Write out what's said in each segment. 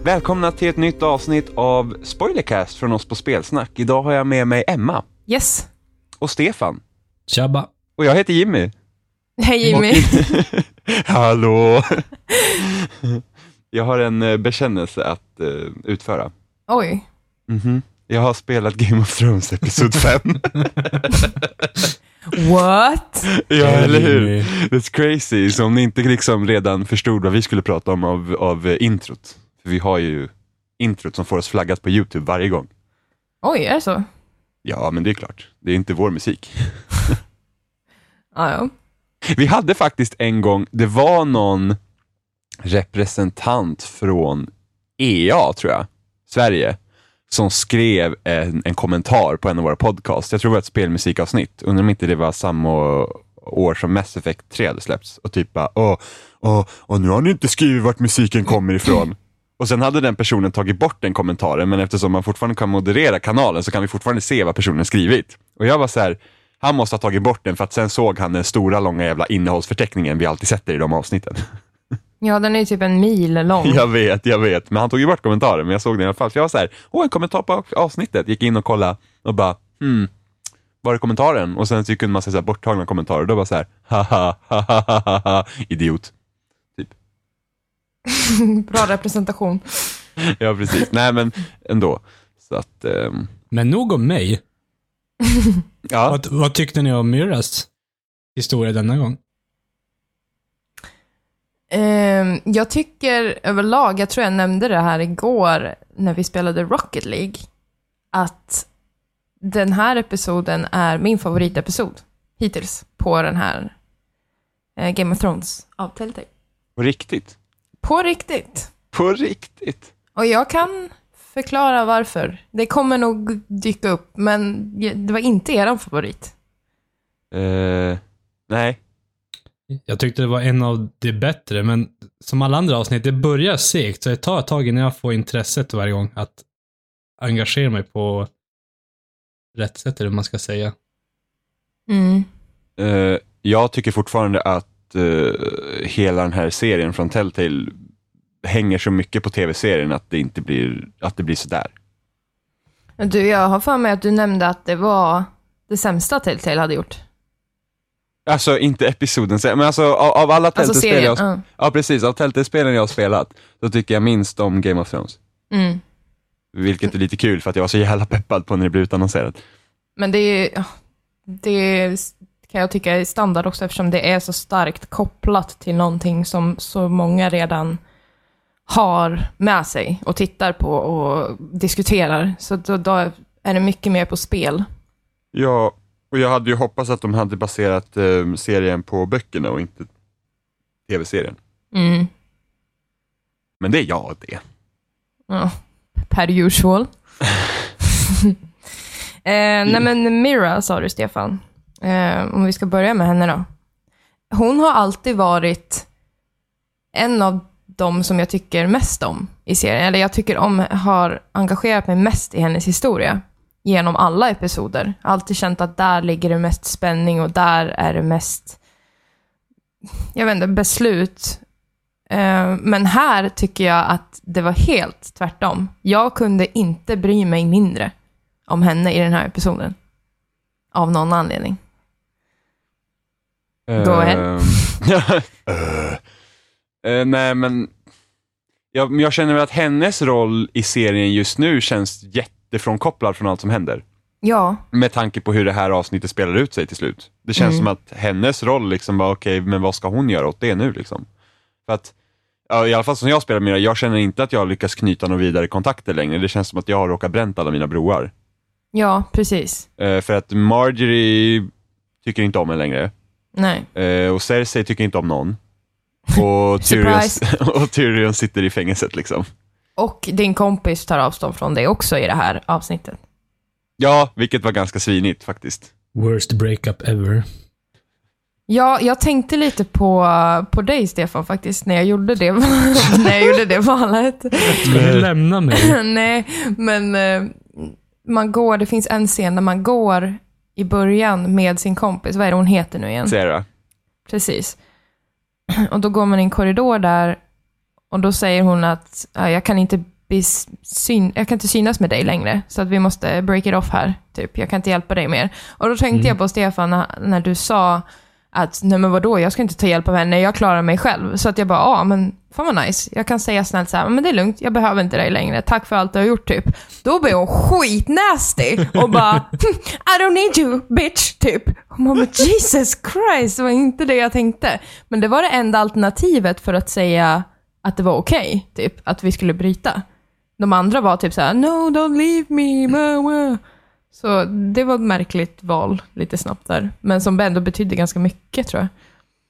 Välkomna till ett nytt avsnitt av Spoilercast från oss på Spelsnack. Idag har jag med mig Emma. Yes. Och Stefan. Tjabba. Och jag heter Jimmy. Hej Jimmy. Hallå. Jag har en bekännelse att utföra. Oj. Jag har spelat Game of Thrones episod 5. What? Ja, eller hur? That's crazy. Så om ni inte liksom redan förstod vad vi skulle prata om av introt. För vi har ju introt som får oss flaggat på YouTube varje gång. Oj, är det så? Ja, men det är klart. Det är inte vår musik. Ja. Vi hade faktiskt en gång, det var någon representant från EA, tror jag, Sverige, som skrev en kommentar på en av våra podcasts. Jag tror det var ett spelmusikavsnitt. Undrar om inte det var samma år som Mass Effect 3 hade släppts. Och typ bara, nu har ni inte skrivit vart musiken kommer ifrån. Och sen hade den personen tagit bort den kommentaren, men eftersom man fortfarande kan moderera kanalen så kan vi fortfarande se vad personen skrivit. Och jag var så här, han måste ha tagit bort den för att sen såg han den stora långa jävla innehållsförteckningen vi alltid sätter i de avsnitten. Ja, den är ju typ en mil lång. Jag vet. Men han tog ju bort kommentaren, men jag såg den i alla fall. För jag var så här, en kommentar på avsnittet. Gick in och kollade och bara, var är kommentaren? Och sen så kunde man säga borttagna kommentarer. Då var så här, ha, idiot. Typ. Bra representation. Ja, precis. Nej, men ändå. Så att... Men nog om mig. Ja. Vad tyckte ni om Myras historia denna gång? Jag tycker överlag, jag tror jag nämnde det här igår när vi spelade Rocket League, att den här episoden är min favoritepisod hittills på den här Game of Thrones av Telltale. På riktigt? På riktigt. På riktigt? Och jag kan förklara varför. Det kommer nog dyka upp, men det var inte eran favorit. Nej. Jag tyckte det var en av de bättre, men som alla andra avsnitt, det börjar segt, så det tar ett tag innan jag får intresset varje gång att engagera mig på rätt sätt, eller vad man ska säga. Jag tycker fortfarande att hela den här serien från Telltale hänger så mycket på tv-serien att det inte blir sådär. Du, jag har för mig att du nämnde att det var det sämsta Telltale hade gjort. Alltså inte episoden, men alltså av alla Telltale-spel ja, precis, av Telltale-spelen jag har spelat, så tycker jag minst om Game of Thrones. Vilket är lite kul för att jag var så jävla peppad på när det blev utannonserat. Men det kan jag tycka är standard också, eftersom det är så starkt kopplat till någonting som så många redan har med sig och tittar på och diskuterar. Så då är det mycket mer på spel. Ja, och jag hade ju hoppats att de hade baserat serien på böckerna och inte tv-serien. Men det är jag det. Ja, per usual. Nej men Mira, sa du Stefan. Om vi ska börja med henne då. Hon har alltid varit en av de som jag tycker mest om i serien. Eller jag tycker har engagerat mig mest i hennes historia genom alla episoder. Alltid känt att där ligger det mest spänning och där är det mest, jag vet inte, beslut. Men här tycker jag att det var helt tvärtom. Jag kunde inte bry mig mindre om henne i den här episoden. Av någon anledning. Go ahead. Nej, men jag känner väl att hennes roll i serien just nu känns jättefrånkopplad från allt som händer. Ja. Med tanke på hur det här avsnittet spelar ut sig till slut. Det känns som att hennes roll liksom var okej, men vad ska hon göra åt det nu liksom? För att, ja, i alla fall som jag spelar med, jag känner inte att jag lyckas knyta några vidare kontakter längre. Det känns som att jag har råkat bränt alla mina broar. Ja, precis. För att Marjorie tycker inte om henne längre. Nej. Och Cersei tycker inte om någon. Och Tyrion sitter i fängelset liksom. Och din kompis tar avstånd från det också i det här avsnittet. Ja, vilket var ganska svinigt faktiskt. Worst breakup ever. Ja, jag tänkte lite på dig Stefan faktiskt när jag gjorde det när jag gjorde det valet. Ska du lämna mig? Nej, men det finns en scen där man går i början med sin kompis. Vad är det hon heter nu igen? Sarah. Precis. Och då går man i en korridor där och då säger hon att jag kan inte jag kan inte synas med dig längre, så att vi måste break it off här, typ. Jag kan inte hjälpa dig mer. Och då tänkte jag på Stefan när du sa att, nej men vadå, jag ska inte ta hjälp av henne, jag klarar mig själv. Så att jag bara, men fan vad nice. Jag kan säga snällt så här, men det är lugnt, jag behöver inte dig längre. Tack för allt du har gjort, typ. Då blir hon skitnasty och bara, I don't need you, bitch, typ. Och man bara, Jesus Christ, det var inte det jag tänkte. Men det var det enda alternativet för att säga att det var okej, typ, att vi skulle bryta. De andra var typ så här, no, don't leave me, mama. Så det var ett märkligt val lite snabbt där. Men som ändå betydde ganska mycket, tror jag.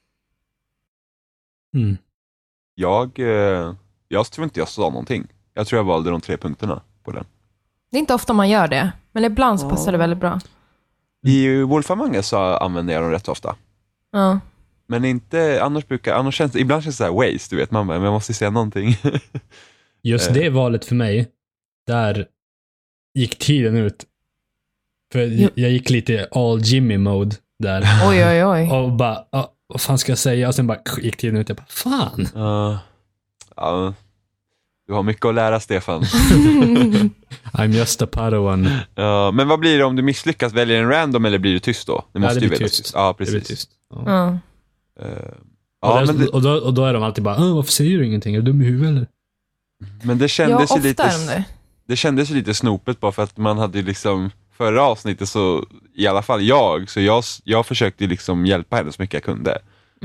Jag tror inte jag sa någonting. Jag tror jag valde de 3 punkterna på den. Det är inte ofta man gör det. Men ibland så passar det väldigt bra. I Wolf Among Us så använder jag dem rätt ofta. Ja. Men inte, ibland känns det så här waste, du vet. Man bara, men jag måste säga någonting. Just det valet för mig, där gick tiden ut. För jag gick lite all Jimmy mode där. Oj. Och bara, vad fan ska jag säga? Och sen bara gick tiden ut. Jag bara, fan. Ja, du har mycket att lära, Stefan. I'm just a padawan. Men vad blir det om du misslyckas? Väljer en random eller blir du tyst då? Det måste det blir ju tyst. Ja, precis. Det blir tyst. Ja. Och då är de alltid bara, varför säger du ingenting? Är du dum i huvudet eller? Men det kändes ju lite... det. Det kändes ju lite snopet bara för att man hade ju liksom... Förra avsnittet så, i alla fall jag försökte liksom hjälpa henne så mycket jag kunde.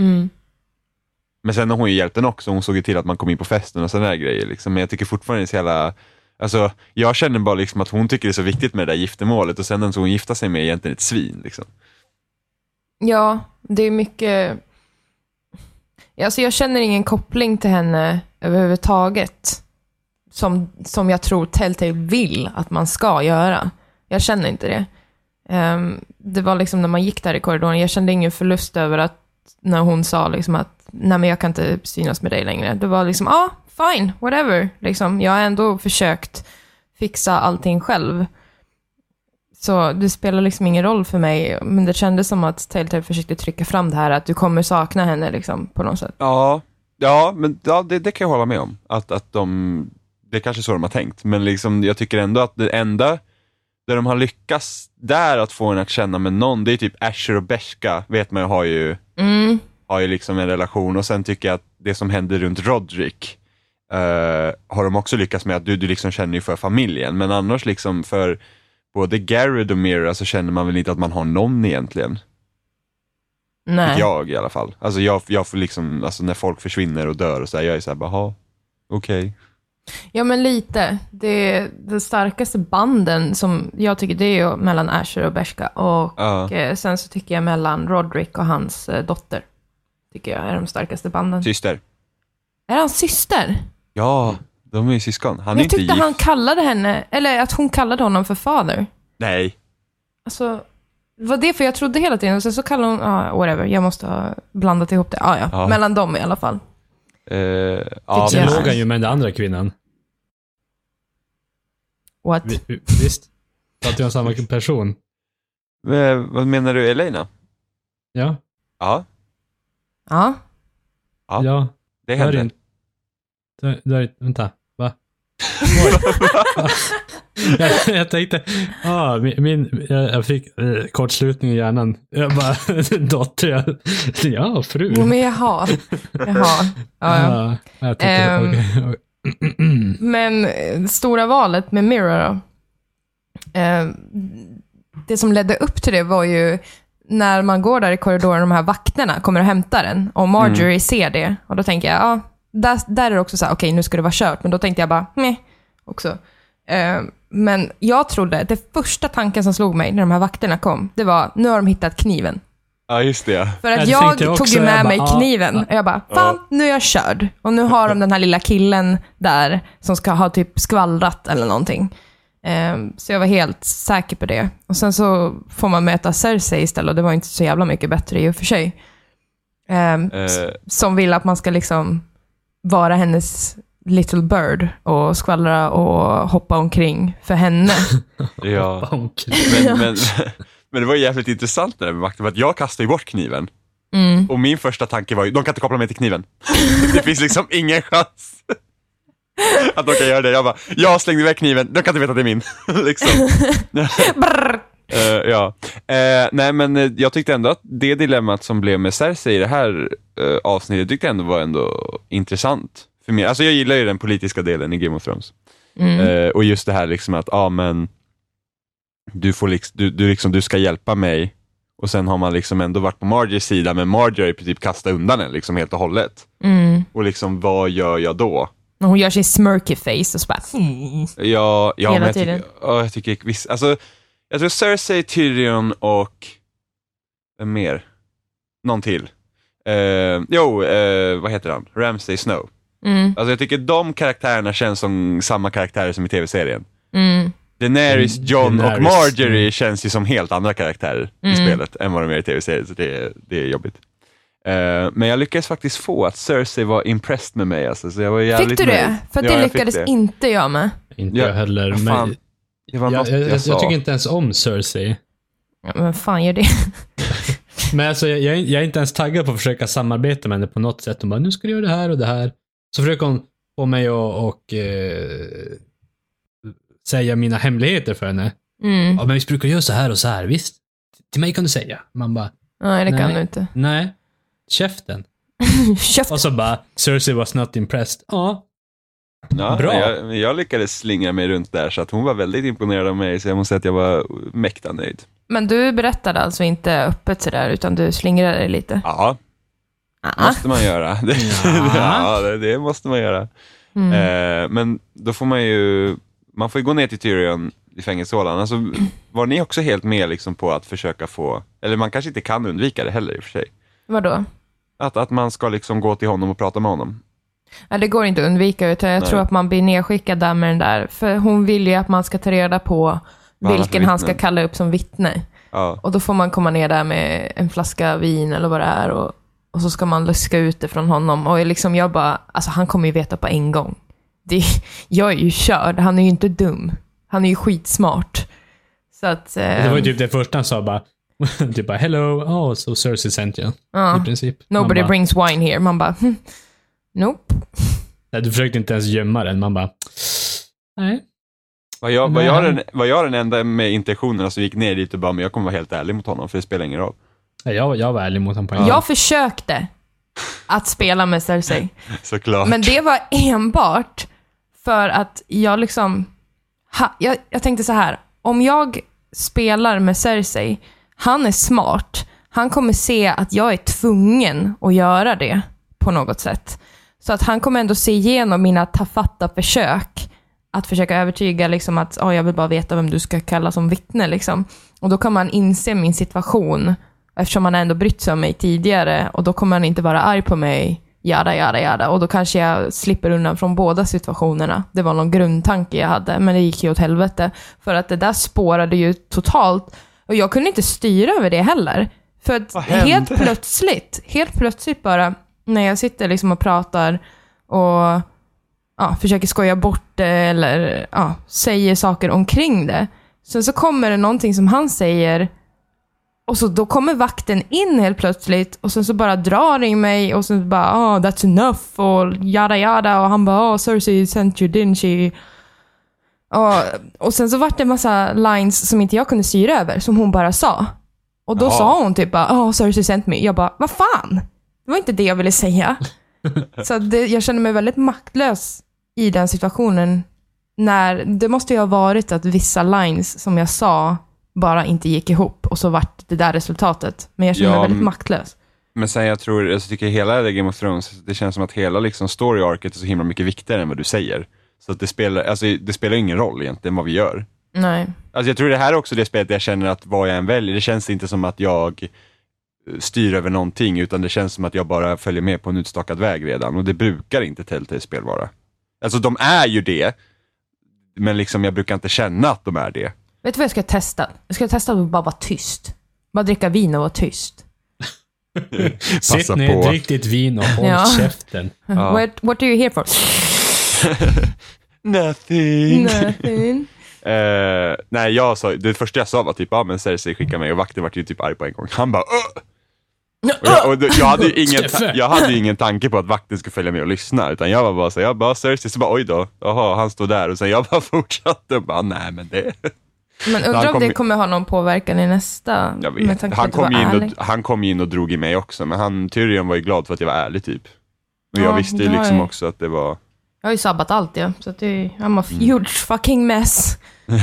Men sen har hon ju hjälpt den också. Hon såg ju till att man kom in på festen och sådana där grejer liksom. Men jag tycker fortfarande det är så jävla... Alltså, jag känner bara liksom att hon tycker det är så viktigt med det där giftermålet. Och sen den som hon gifta sig med är egentligen ett svin liksom. Ja, det är mycket... Alltså jag känner ingen koppling till henne överhuvudtaget. Som jag tror Telltale vill att man ska göra. Jag känner inte det. Det var liksom när man gick där i korridoren. Jag kände ingen förlust över att när hon sa liksom att nej men jag kan inte synas med dig längre. Det var liksom, fine, whatever. Liksom, jag har ändå försökt fixa allting själv. Så det spelar liksom ingen roll för mig. Men det kändes som att Telltale försökte trycka fram det här att du kommer sakna henne liksom, på något sätt. Det kan jag hålla med om. Att det är kanske så de har tänkt. Men liksom, jag tycker ändå att det enda där de har lyckats där att få en att känna med någon, det är typ Asher och Beshka, vet man har ju liksom en relation. Och sen tycker jag att det som händer runt Roderick har de också lyckats med att du liksom känner ju för familjen. Men annars liksom för både Garrett och Mira så känner man väl inte att man har någon egentligen. Nej. Jag i alla fall. Alltså jag får liksom, alltså när folk försvinner och dör och så här, jag är så här, bara, okej. Ja, men lite. Det starkaste banden som jag tycker det är ju mellan Asher och Beshka. Och sen så tycker jag mellan Roderick och hans dotter. Tycker jag är de starkaste banden. Syster. Är han syster? Ja, de är ju syskon. Jag tyckte han kallade henne, eller att hon kallade honom för father. Nej. Alltså, vad det för jag trodde hela tiden. Och sen så kallade hon, whatever, jag måste ha blandat ihop det. Ja. Mellan dem i alla fall. Sen låg han ju med den andra kvinnan. What? Visst? Att det var samma person. Vad menar du, Elena? Ja. Ja. Det hände. Vänta, va? jag tänkte, jag fick kortslutning i hjärnan. Jag bara, dotter, fru. Jo, men jaha. Ja. Jag tyckte, okay. Men stora valet med Mira då. Det som ledde upp till det var ju när man går där i korridoren, de här vakterna kommer och hämtar den och Marjorie ser det och då tänker jag, där är det också så här, okej, nu ska det vara kört, men då tänkte jag bara, nej, också. Men jag trodde, det första tanken som slog mig när de här vakterna kom, det var, nu har de hittat kniven. Ja, just det. För att jag tog ju med mig kniven. Och jag bara, fan, nu är jag körd. Och nu har de den här lilla killen där som ska ha typ skvallrat eller någonting. Så jag var helt säker på det. Och sen så får man möta Cersei istället. Och det var inte så jävla mycket bättre i och för sig. Som vill att man ska liksom vara hennes little bird och skvallra och hoppa omkring för henne. Ja, men det var jävligt intressant det där med vakten, för att jag kastade ju bort kniven. Och min första tanke var ju, de kan inte koppla mig till kniven. Det finns liksom ingen chans. Att de kan göra det. Jag bara, jag slängde iväg kniven, de kan inte veta att det är min. Liksom. Ja. Nej, men jag tyckte ändå att det dilemmat som blev med Cersei i det här avsnittet tyckte jag ändå var ändå intressant för mig. Alltså jag gillar ju den politiska delen i Game of Thrones. Och just det här liksom att men du får du ska hjälpa mig, och sen har man liksom ändå varit på Marjors sida, men Marjorie i princip kastat undan den liksom helt och hållet. Och liksom, vad gör jag då? Hon gör sin smirky face och så bara... Ja, hela men tiden. jag tycker visst, alltså jag tror Cersei, Tyrion och vem mer? Någon till. Vad heter han? Ramsay Snow. Alltså jag tycker de karaktärerna känns som samma karaktärer som i tv-serien. Daenerys, Jon och Marjorie känns ju som helt andra karaktärer i spelet än vad de är i tv-serien, så det är jobbigt. Men jag lyckades faktiskt få att Cersei var impressed med mig. Alltså, så jag var jävligt Fick du det? nöjd. För att det lyckades inte jag med. Inte jag heller. Men jag tycker inte ens om Cersei. Ja, men fan gör det? Men alltså, jag är inte ens taggad på att försöka samarbeta med henne på något sätt. Hon bara, nu ska du göra det här och det här. Så försöker hon få mig och säga mina hemligheter för henne. Ja, men vi brukar göra så här och så här, visst? Till mig kan du säga. Man bara, nej, det kan du inte. Nej, käften. Käften. Och så bara, Cersei was not impressed. Ja, bra. Jag lyckades slingra mig runt där, så att hon var väldigt imponerad av mig, så jag måste säga att jag var mäkta nöjd. Men du berättade alltså inte öppet sådär, utan du slingrade dig lite? Ja, måste man göra. Det måste man göra. Men då får man får ju gå ner till Tyrion i fängelsehålan. Alltså, var ni också helt med liksom på att försöka få, eller man kanske inte kan undvika det heller i och för sig. Vadå? Att man ska liksom gå till honom och prata med honom. Ja, det går inte att undvika, utan jag tror att man blir nedskickad där med den där. För hon vill ju att man ska ta reda på vilken han ska kalla upp som vittne. Ja. Och då får man komma ner där med en flaska vin eller vad det är, och så ska man luska ut det från honom. Och liksom jag bara, alltså han kommer ju veta på en gång. Jag är ju körd, han är ju inte dum. Han är ju skitsmart. Så att... Det var ju typ det första han sa bara. Typ bara, hello, so Cersei sent you. I princip. Nobody bara, brings wine here. Man bara, nope. Nej, du försökte inte ens gömma den. Man bara, nej. Var jag den enda med intentionerna som gick ner dit och bara, men jag kommer vara helt ärlig mot honom, för det spelar ingen roll. Jag var ärlig mot honom på en Jag försökte att spela med Cersei. Såklart. Men det var enbart för att jag liksom... Jag tänkte så här, om jag spelar med Cersei, han är smart. Han kommer se att jag är tvungen att göra det på något sätt. Så att han kommer ändå se igenom mina tafatta försök att försöka övertyga liksom att jag vill bara veta vem du ska kalla som vittne liksom. Och då kan man inse min situation, eftersom man ändå brytt sig om mig tidigare, och då kommer han inte vara arg på mig, jada. Och då kanske jag slipper undan från båda situationerna. Det var någon grundtanke jag hade, men det gick ju åt helvete. För att det där spårade ju totalt. Och jag kunde inte styra över det heller. För att helt plötsligt bara, när jag sitter liksom och pratar och försöker skoja bort det, eller säger saker omkring det. Sen så kommer det någonting som han säger, och så då kommer vakten in helt plötsligt, och sen så bara drar i mig, och sen bara, that's enough, och jada, och han bara, Cersei sent you, didn't she? Och sen så var det en massa lines som inte jag kunde styra över, som hon bara sa. Och då sa hon typ bara, Cersei sent me. Jag bara, vad fan? Det var inte det jag ville säga. Så jag kände mig väldigt maktlös i den situationen. När det måste ju ha varit att vissa lines som jag sa bara inte gick ihop, och så vart det där resultatet. Men jag känner mig väldigt maktlös. Men sen jag tycker hela Game of Thrones, det känns som att hela liksom story-arket är så himla mycket viktigare än vad du säger. Så att det spelar ingen roll egentligen vad vi gör. Nej. Alltså jag tror det här är också det spelet jag känner att vad jag än väljer, det känns inte som att jag styr över någonting, utan det känns som att jag bara följer med på en utstakad väg redan, och det brukar inte Telltale-spel vara. Alltså de är ju det, men liksom jag brukar inte känna att de är det. Vet du vad jag ska testa? Jag ska testa att bara vara tyst. Bara dricka vin och vara tyst. Sitt ner, drick ditt vin och håll käften. What are you here for? Nothing. Nej, det första jag sa var typ, men Cersei skickade mig, och vakten var ju typ arg på en gång. Han bara, Jag hade ju ingen tanke på att vakten skulle följa med och lyssna, utan jag var bara så, jag bara Cersei, så bara oj då, jaha, han står där, och sen jag bara fortsatte och bara nej men det. Men undrar om det kommer ha någon påverkan i nästa. Jag vet. Han kom in och drog i mig också, men Tyrion var ju glad för att jag var ärlig typ. Och jag visste ju liksom också att det var. Jag har ju sabbat allt, ja. Så att I'm a huge fucking mess.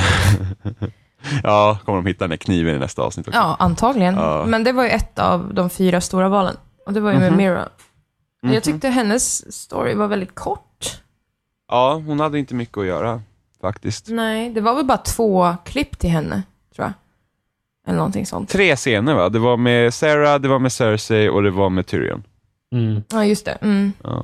Ja, kommer de hitta den här kniven i nästa avsnitt också? Ja, antagligen. Ja. Men det var ju ett av de 4 stora valen. Och det var ju med Mira. Jag tyckte hennes story var väldigt kort. Ja, hon hade inte mycket att göra, faktiskt. Nej, det var väl bara 2 klipp till henne, tror jag. Eller någonting sånt. 3 scener, va? Det var med Sarah, det var med Cersei och det var med Tyrion. Ja, just det. Ja.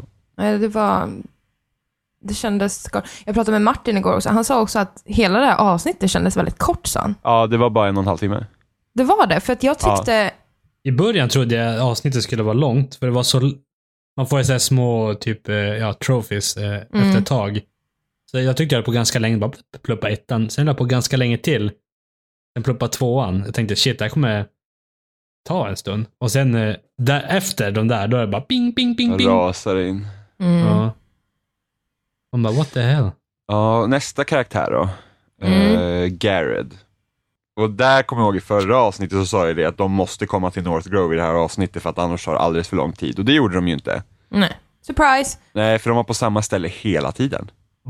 Det kändes. Jag pratade med Martin igår också. Han sa också att hela det här avsnittet kändes väldigt kort, sa han. Ja, det var bara 1,5 timme. Det var det, för att jag tyckte. I början trodde jag att avsnittet skulle vara långt, för det var så. Man får ju så här små typ trophies efter ett tag. Så jag tyckte jag på ganska länge, bara pluppa 1:an. Sen på ganska länge till. Sen pluppa 2:an. Jag tänkte shit, det här kommer ta en stund. Och sen därefter de där, då är det bara ping, ping, ping, ping. Rasar in. Ja. Man bara, what the hell? Ja, nästa karaktär då. Garrett. Och där kommer jag ihåg i förra avsnittet så sa jag det att de måste komma till North Grove i det här avsnittet för att annars tar det alldeles för lång tid. Och det gjorde de ju inte. Nej. Surprise! Nej, för de var på samma ställe hela tiden.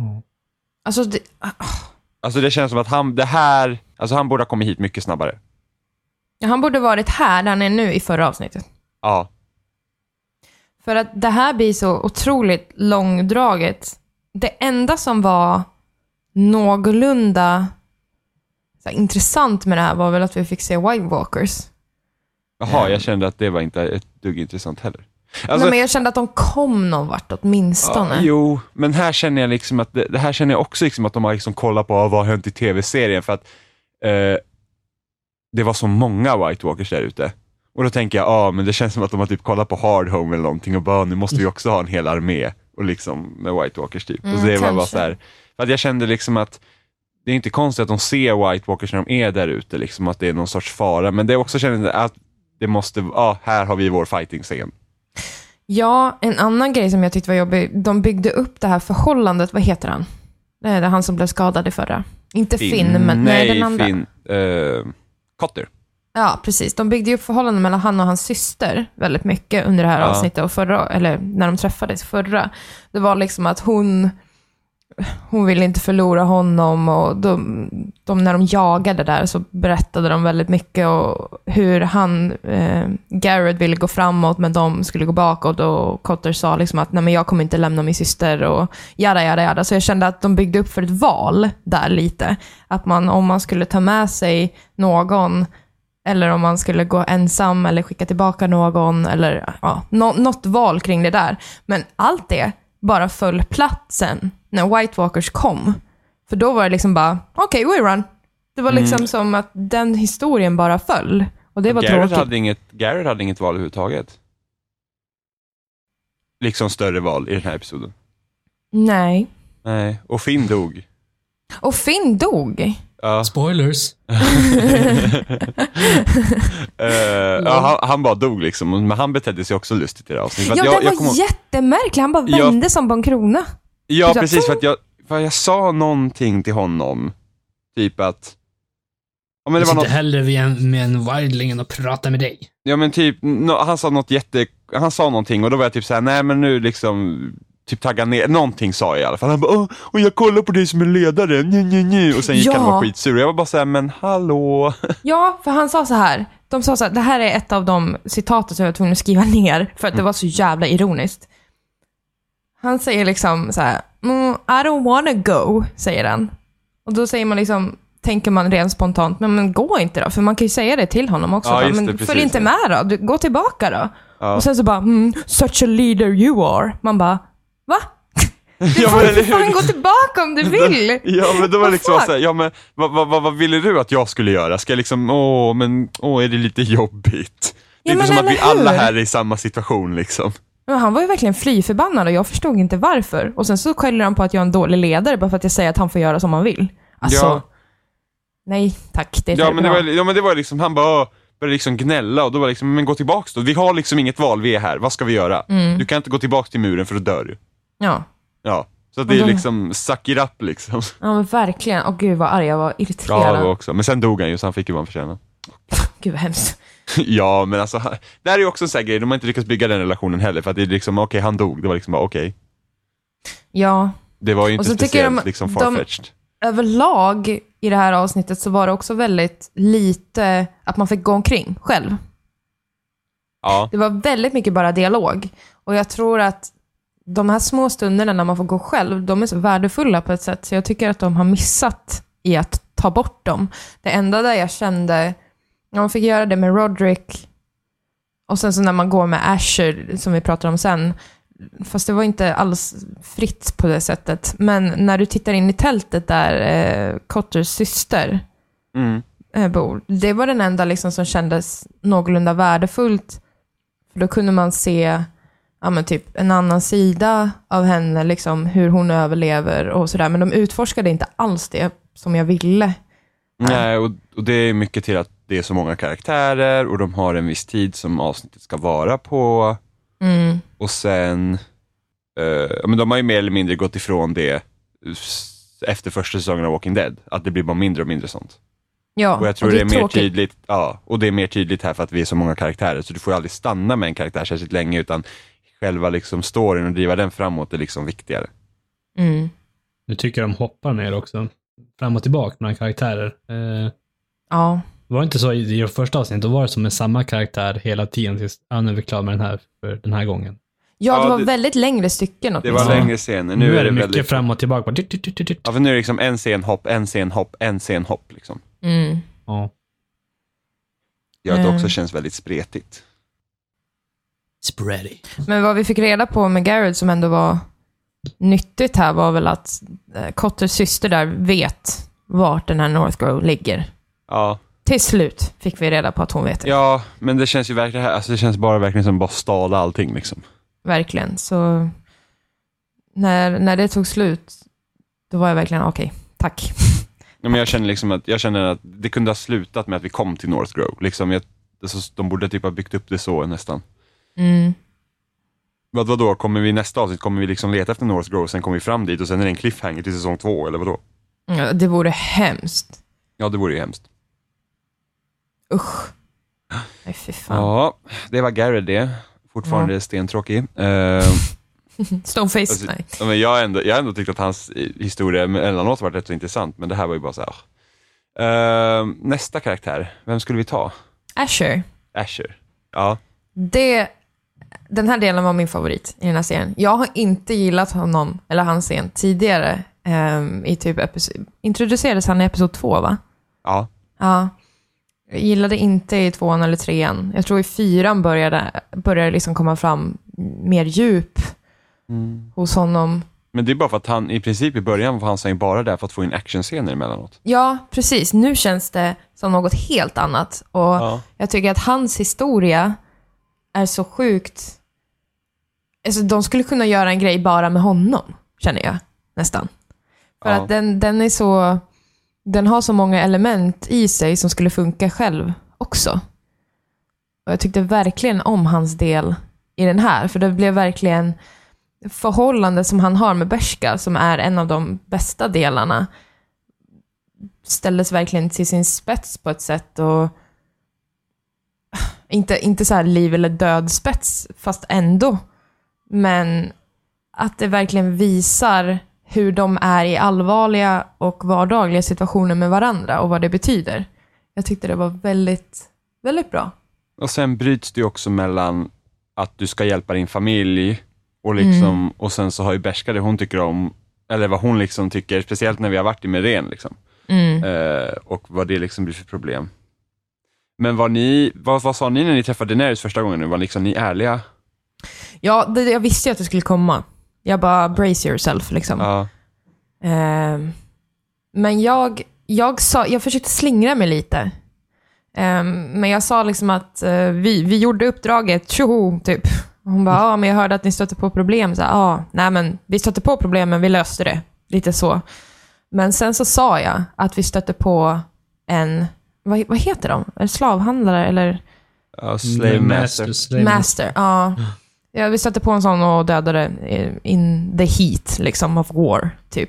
Alltså det känns som att han borde ha kommit hit mycket snabbare. Ja, han borde varit här där han är nu i förra avsnittet. Ja. För att det här blir så otroligt långdraget. Det enda som var någorlunda så intressant med det här var väl att vi fick se White Walkers. Jaha, jag kände att det var inte ett dugg intressant heller. Alltså, nej, men jag kände att de kom någon vart åtminstone. Ja, jo, men här känner jag liksom att det här känner jag också liksom att de har liksom kollat på vad har hänt i tv-serien, för att det var så många White Walkers där ute. Och då tänker jag, men det känns som att de har typ kollat på Hard Home eller någonting och bara, nu måste vi också ha en hel armé och liksom med White Walkers typ. Och så det var bara så här, för att jag kände liksom att det är inte konstigt att de ser White Walkers när de är där ute, liksom att det är någon sorts fara, men det är också känner att det måste, här har vi vår fighting-scen. Ja, en annan grej som jag tyckte var jobbig, de byggde upp det här förhållandet, vad heter han? Det är han som blev skadad i förra. Inte Finn, men nej, den andra. Finn, Cotter. Ja, precis. De byggde upp förhållanden mellan han och hans syster väldigt mycket under det här avsnittet och förra, eller när de träffades förra. Det var liksom att hon ville inte förlora honom, och de när de jagade där så berättade de väldigt mycket och hur Garrett ville gå framåt men de skulle gå bakåt, och Cotter sa liksom att nej, men jag kommer inte lämna min syster och jada. Så jag kände att de byggde upp för ett val där lite, att om man skulle ta med sig någon eller om man skulle gå ensam eller skicka tillbaka någon eller något val kring det där, men allt det bara föll platsen när White Walkers kom. För då var det liksom bara, okej, we run. Det var liksom som att den historien bara föll. Och det var tråkigt. Garrett hade inget val överhuvudtaget. Liksom större val i den här episoden. Nej. Och Finn dog. Ja. Spoilers. Han bara dog liksom. Men han betedde sig också lustigt i det avsnittet. Ja, det var jättemärkligt. Han bara vände som på en krona. Ja, precis. För jag sa någonting till honom. Typ att... Ja, men det var något... hellre med en wildling och prata med dig. Ja, men typ... Han sa något Han sa någonting och då var jag typ såhär, nej men nu liksom... Typ tagga ner, någonting sa jag i alla fall. Han bara, och jag kollar på dig som en ledare. Och sen gick han och var skitsur. Jag var bara såhär, men hallå. Ja, för han sa så här. De sa så här, det här är ett av de citaten som jag var tvungen att skriva ner. För att det var så jävla ironiskt. Han säger liksom så här, I don't wanna go, säger han. Och då säger man liksom, tänker man rent spontant, men gå inte då. För man kan ju säga det till honom också. Ja, men följ inte med då, gå tillbaka då. Ja. Och sen så bara, such a leader you are. Man bara, va? Du får fan gå tillbaka om du vill. Ja, men det var liksom så här, ja men vad ville du att jag skulle göra? Ska jag liksom, är det lite jobbigt? Det är inte som att vi alla här är i samma situation liksom. Men han var ju verkligen fly förbannad och jag förstod inte varför. Och sen så skäller han på att jag är en dålig ledare bara för att jag säger att han får göra som han vill. Alltså, nej tack. Det är men det var liksom, han bara, började liksom gnälla och då var liksom, men gå tillbaks då. Vi har liksom inget val, vi är här. Vad ska vi göra? Du kan inte gå tillbaks till muren för då dör du. Ja. Ja, så det är liksom suck it up liksom. Ja, men verkligen. Och gud vad arg jag var, irriterad. Ja, det var också. Men sen dog han ju så han fick ju vad han förtjänade. Gud vad hemskt. Ja, men alltså, det här är ju också en sån här grej. De har inte lyckats bygga den relationen heller. För att det är liksom, okej, han dog. Det var liksom bara okej. Ja. Det var ju inte speciellt liksom farfetched. Överlag i det här avsnittet så var det också väldigt lite att man fick gå omkring själv. Ja. Det var väldigt mycket bara dialog. Och jag tror att de här små stunderna när man får gå själv, de är så värdefulla på ett sätt. Så jag tycker att de har missat i att ta bort dem. Det enda där jag kände, man fick göra det med Roderick. Och sen så när man går med Asher, som vi pratar om sen. Fast det var inte alls fritt på det sättet. Men när du tittar in i tältet där Cotters syster bor. Det var den enda liksom som kändes någorlunda värdefullt. För då kunde man se men typ en annan sida av henne. Liksom, hur hon överlever och sådär. Men de utforskade inte alls det som jag ville. Nej, och det är mycket till att det är så många karaktärer. Och de har en viss tid som avsnittet ska vara på. Och sen men de har ju mer eller mindre gått ifrån det efter första säsongen av Walking Dead, att det blir bara mindre och mindre sånt. Ja, och jag tror och det är mer tydligt. Ja, och det är mer tydligt här för att vi är så många karaktärer, så du får ju aldrig stanna med en karaktär särskilt länge, utan själva liksom storyn och driva den framåt är liksom viktigare. Nu tycker de hoppar ner också fram och tillbaka mellan karaktärer. Ja. Var det inte så i det första avsnittet, då var det som med samma karaktär hela tiden tills nu är vi klara med den här för den här gången. Ja, det var väldigt längre stycken. Det var längre scener. Nu är det mycket väldigt fram och tillbaka. Ja, för nu är det liksom en scen hopp, en scen hopp, en scen hopp liksom. Ja. Ja, det också känns väldigt spretigt. Spready. Men vad vi fick reda på med Garrett som ändå var nyttigt här var väl att Cotters syster där vet vart den här North Grove ligger. Ja. Till slut fick vi reda på att hon vet det. Ja, men det känns ju verkligen här, alltså det känns bara verkligen som bara stala allting liksom. Verkligen, så när det tog slut då var jag verkligen okej, tack. Ja, men jag känner att det kunde ha slutat med att vi kom till North Grove liksom, de borde typ ha byggt upp det så nästan. Vadå, kommer vi nästa avsnitt, kommer vi liksom leta efter North Grove, sen kommer vi fram dit och sen är det en cliffhanger till säsong 2 eller vadå? Ja, det vore hemskt. Ja, det vore ju hemskt. Usch. Nej, fy fan. Ja, det var Garrett det. Fortfarande stentråkig. Stoneface, alltså, nej. Men jag har ändå tyckt att hans historia emellanåt varit rätt så intressant, men det här var ju bara så här. Nästa karaktär, vem skulle vi ta? Asher. Ja. Den här delen var min favorit i den här serien. Jag har inte gillat honom, eller hans scen, tidigare i typ introducerades han i episod 2, va? Ja. Ja. Jag gillade inte i 2 eller 3. Jag tror i 4 började liksom komma fram mer djup hos honom. Men det är bara för att han i princip i början var han bara där för att få in actionscener emellanåt. Ja, precis. Nu känns det som något helt annat. Och jag tycker att hans historia är så sjukt. Alltså, de skulle kunna göra en grej bara med honom, känner jag nästan. För att den är så... Den har så många element i sig som skulle funka själv också. Och jag tyckte verkligen om hans del i den här. För det blev verkligen förhållande som han har med Bershka, som är en av de bästa delarna, ställdes verkligen till sin spets på ett sätt. Och inte så här liv eller död spets, fast ändå. Men att det verkligen visar hur de är i allvarliga och vardagliga situationer med varandra och vad det betyder. Jag tyckte det var väldigt, väldigt bra. Och sen bryts det också mellan att du ska hjälpa din familj och liksom, och sen så har ju Bershka det hon tycker om, eller vad hon liksom tycker, speciellt när vi har varit i Meren liksom. Och vad det liksom blir för problem. Men vad sa ni när ni träffade Daenerys första gången nu? Var liksom ni ärliga? Ja, jag visste ju att det skulle komma. Jag bara, brace yourself liksom. Ja. Men jag försökte slingra mig lite. Men jag sa liksom att vi gjorde uppdraget, tjoho, typ. Och hon bara, men jag hörde att ni stötte på problem. Nej men vi stötte på problem, men vi löste det. Lite så. Men sen så sa jag att vi stötte på en vad heter de? Är det slavhandlare eller? Ja, Slave Master. Master, ja. Ja, vi satte på en sån och dödade in the heat liksom of war, typ.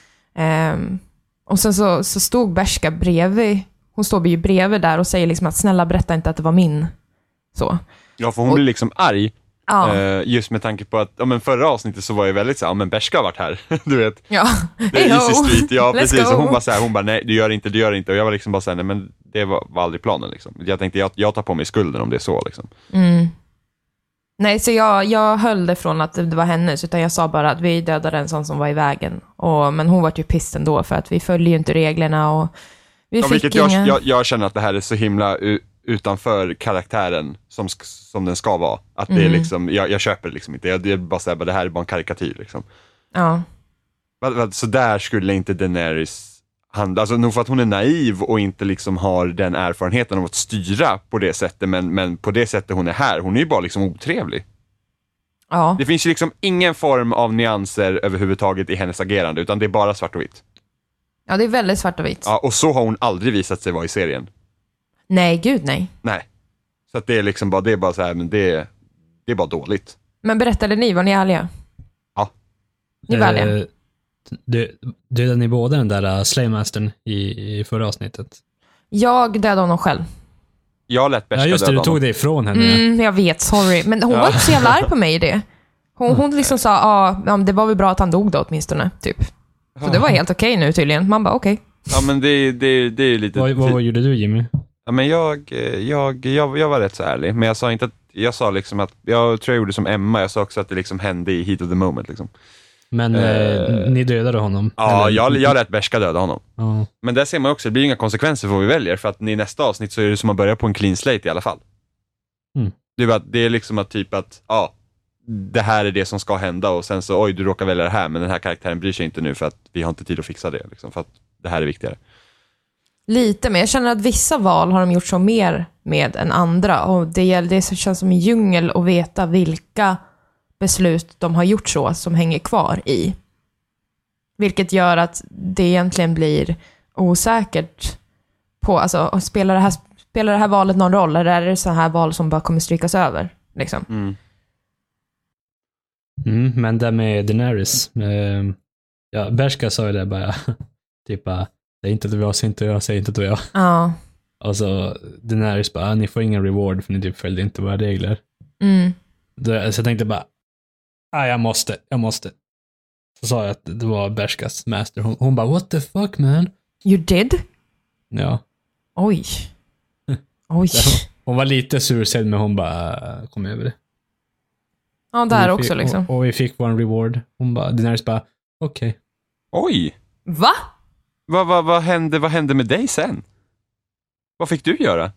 Och sen så stod Berska bredvid. Hon står ju bredvid där och säger liksom att snälla berätta inte att det var min. Så. Ja, för hon blir liksom arg. Ja. Just med tanke på att men förra avsnittet så var ju väldigt så här, men Berska har varit här. Du vet. Ja. Det är Easy Street. Ja, Let's precis. go. Och hon bara nej, du gör inte. Och jag var liksom bara så här, nej, men det var aldrig planen liksom. Jag tänkte jag tar på mig skulden om det är så liksom. Mm. Nej, så jag höll det från att det var hennes, utan jag sa bara att vi dödade en sån som var i vägen. Men hon var ju pissed ändå för att vi följer ju inte reglerna och vi fick vilket jag känner att det här är så himla utanför karaktären som den ska vara. Att det är liksom, jag köper det liksom inte. Det är bara så här, det här är bara en karikatyr liksom. Ja. Så där skulle inte Daenerys handla. Alltså nog för att hon är naiv och inte liksom har den erfarenheten av att styra på det sättet. Men på det sättet hon är här, hon är ju bara liksom otrevlig. Ja. Det finns ju liksom ingen form av nyanser överhuvudtaget i hennes agerande, utan det är bara svart och vitt. Ja, det är väldigt svart och vitt. Ja, och så har hon aldrig visat sig vara i serien. Nej, gud nej. Nej. Så att det är liksom bara, det är bara så här, men det är bara dåligt. Men berättade ni, var ni ärliga? Ja. Ni var ärliga? Dödade ni båda den där Slayemastern i förra avsnittet? Jag dödade honom själv. Jag lät Berska ja, just det, du tog det ifrån henne. Jag vet, sorry. Men hon var inte så jävla arg på mig i det. Hon liksom sa, det var väl bra att han dog då åtminstone, typ. Så det var helt okej nu tydligen. Man bara, okej. Ja, men det är lite... Vad gjorde du, Jimmy? Ja, men jag var rätt så ärlig. Men jag sa inte att... Jag sa liksom att... Jag tror jag gjorde som Emma. Jag sa också att det liksom hände i heat of the moment liksom. Men ni dödade honom? Ja, jag lät Berska döda honom. Ja. Men där ser man också, det blir inga konsekvenser för vad vi väljer. För att i nästa avsnitt så är det som att börja på en clean slate i alla fall. Det är liksom att typ att... det här är det som ska hända och sen så, du råkar välja det här, men den här karaktären bryr sig inte nu för att vi har inte tid att fixa det liksom, för att det här är viktigare. Lite, men jag känner att vissa val har de gjort så mer med än andra, och det känns som en djungel att veta vilka beslut de har gjort så som hänger kvar i. Vilket gör att det egentligen blir osäkert på, alltså spelar det här valet någon roll, eller är det så här val som bara kommer strykas över liksom? Men det med Daenerys, Berska sa ju det bara typ det är inte att jag, säger inte att jag. Ja. Och så Daenerys bara, ni får ingen reward för ni typ följde inte våra regler. Så jag tänkte bara, jag måste. Så sa jag att det var Berskas master. Hon bara, what the fuck man? You did? Ja. Oj. Hon var lite sursedd, men hon bara kom över det. Ja, där också liksom. Och vi fick vår reward. Hon bara, Daenerys bara, okej. Oj! Va? Vad hände med dig sen? Vad fick du göra?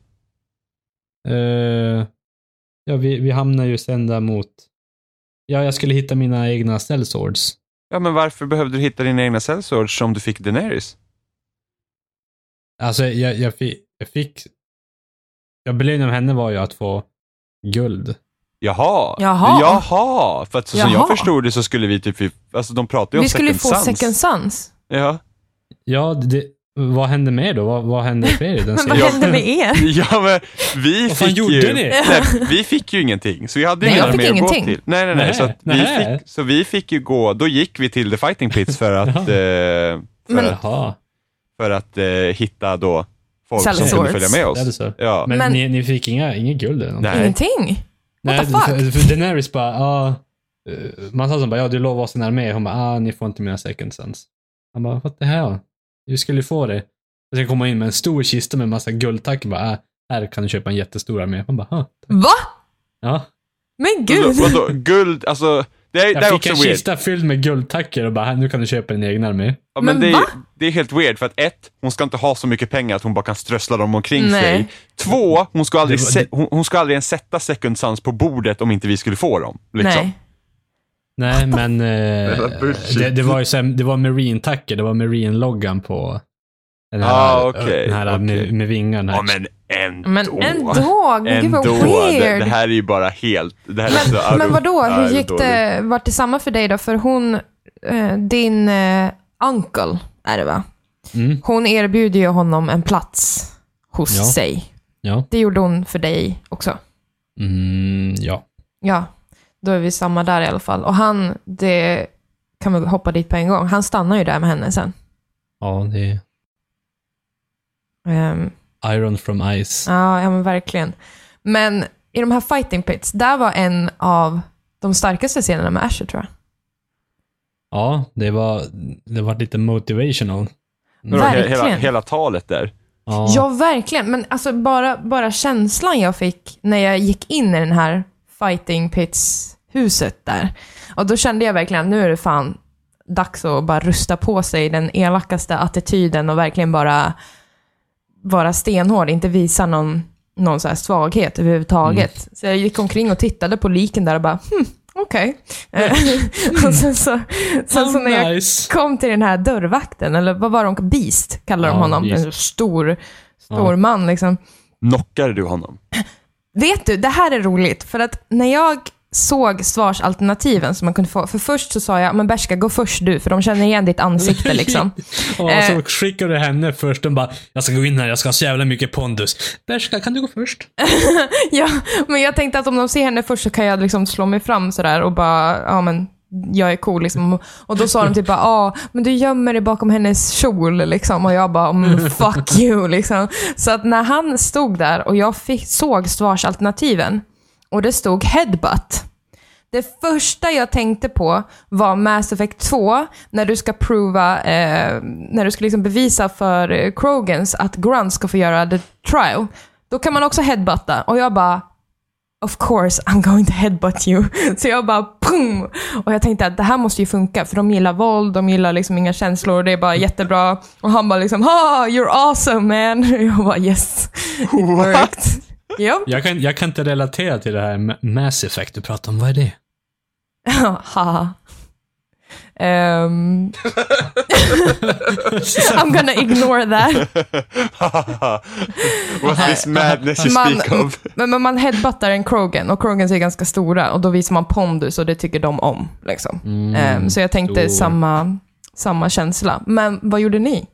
Vi hamnar ju sen där mot... Ja, jag skulle hitta mina egna sellswords. Ja, men varför behövde du hitta dina egna sellswords om du fick Daenerys? Alltså, jag fick... Belöningen av henne var ju att få guld. Jaha. För att som jag förstod det så skulle vi typ... Alltså de pratade ju om second sons. Vi skulle få second sons. Ja, vad hände med då? Vad hände för er? Men vad hände med er? Ja, men vi vad fick gjorde ju... ni? Nej, vi fick ju ingenting. Så vi hade jag fick mer ingenting. Att gå till. Nej. Så vi fick ju gå... Då gick vi till The Fighting Pits för att... för att hitta då folk som kunde följa med oss. Ja. Men ni fick inget guld eller någonting? Nej. Ingenting? Nej, för Daenerys bara, man sa som bara, du lovar oss en armé. Hon bara, ni får inte mina second sons. Han bara, what the hell? Du skulle få det. Och sen kom man in med en stor kista med en massa guldtack. Bara, här kan du köpa en jättestor armé. Man bara, tack. Va? Ja. Men gud. Vadå? Guld, alltså... Det är också en weird. kista fylld med guldtacker och bara, nu kan du köpa en egen armé. Ja, men det är helt weird för att hon ska inte ha så mycket pengar att hon bara kan strössla dem omkring sig. 2, hon ska aldrig ens sätta second sons på bordet om inte vi skulle få dem. Liksom. Nej, men det var ju det var marine-tacker, det var marine-loggan på den här, med vingarna. Ja, men ändå. Gud vad weird. Det här är ju bara helt... Det här är så men vadå? Hur gick det? Vart det samma för dig då? För hon, din uncle är det va? Hon erbjuder ju honom en plats hos sig. Ja. Det gjorde hon för dig också. Ja. Ja, då är vi samma där i alla fall. Och han, det kan vi hoppa dit på en gång. Han stannar ju där med henne sen. Ja, det är Iron from Ice. Ja, men verkligen. Men i de här fighting pits, där var en av de starkaste scenerna med Asher, tror jag. Ja, det var lite motivational. Verkligen. Hela talet där. Ja, verkligen. Men alltså bara känslan jag fick när jag gick in i den här fighting pits-huset där. Och då kände jag verkligen att nu är det fan dags att bara rusta på sig den elakaste attityden och verkligen bara vara stenhård, inte visa någon så här svaghet överhuvudtaget. Så jag gick omkring och tittade på liken där och bara, okej. Och sen så när jag kom till den här dörrvakten, eller vad var de? Beast kallar de honom. En stor man liksom. Knockade du honom? Vet du, det här är roligt. För att när jag såg svarsalternativen som man kunde få, för först så sa jag, men Berska, gå först du, för de känner igen ditt ansikte liksom. Så skickade du henne först och bara, jag ska gå in här, jag ska ha så jävla mycket pondus. Berska, kan du gå först? Ja, men jag tänkte att om de ser henne först så kan jag liksom slå mig fram sådär och bara, ja men jag är cool liksom. Och då sa de typ bara, men du gömmer dig bakom hennes kjol liksom. Och jag bara, fuck you liksom. Så att när han stod där och jag såg svarsalternativen och det stod headbutt. Det första jag tänkte på var Mass Effect 2, när du ska när du ska liksom bevisa för Krogans att Grunt ska få göra the trial. Då kan man också headbutta. Och jag bara, of course I'm going to headbutt you. Så jag bara, pum! Och jag tänkte att det här måste ju funka, för de gillar våld, de gillar liksom inga känslor, det är bara jättebra. Och han bara liksom, you're awesome man. Och jag bara, yes, it worked. Yep. Jag kan inte relatera till det här Mass Effect du pratar om. Vad är det? Haha. I'm gonna ignore that. What's this madness you speak of? Men man headbuttar en Krogan, och Krogans är ganska stora, och då visar man pondus och det tycker de om liksom. Så jag tänkte samma känsla. Men vad gjorde ni?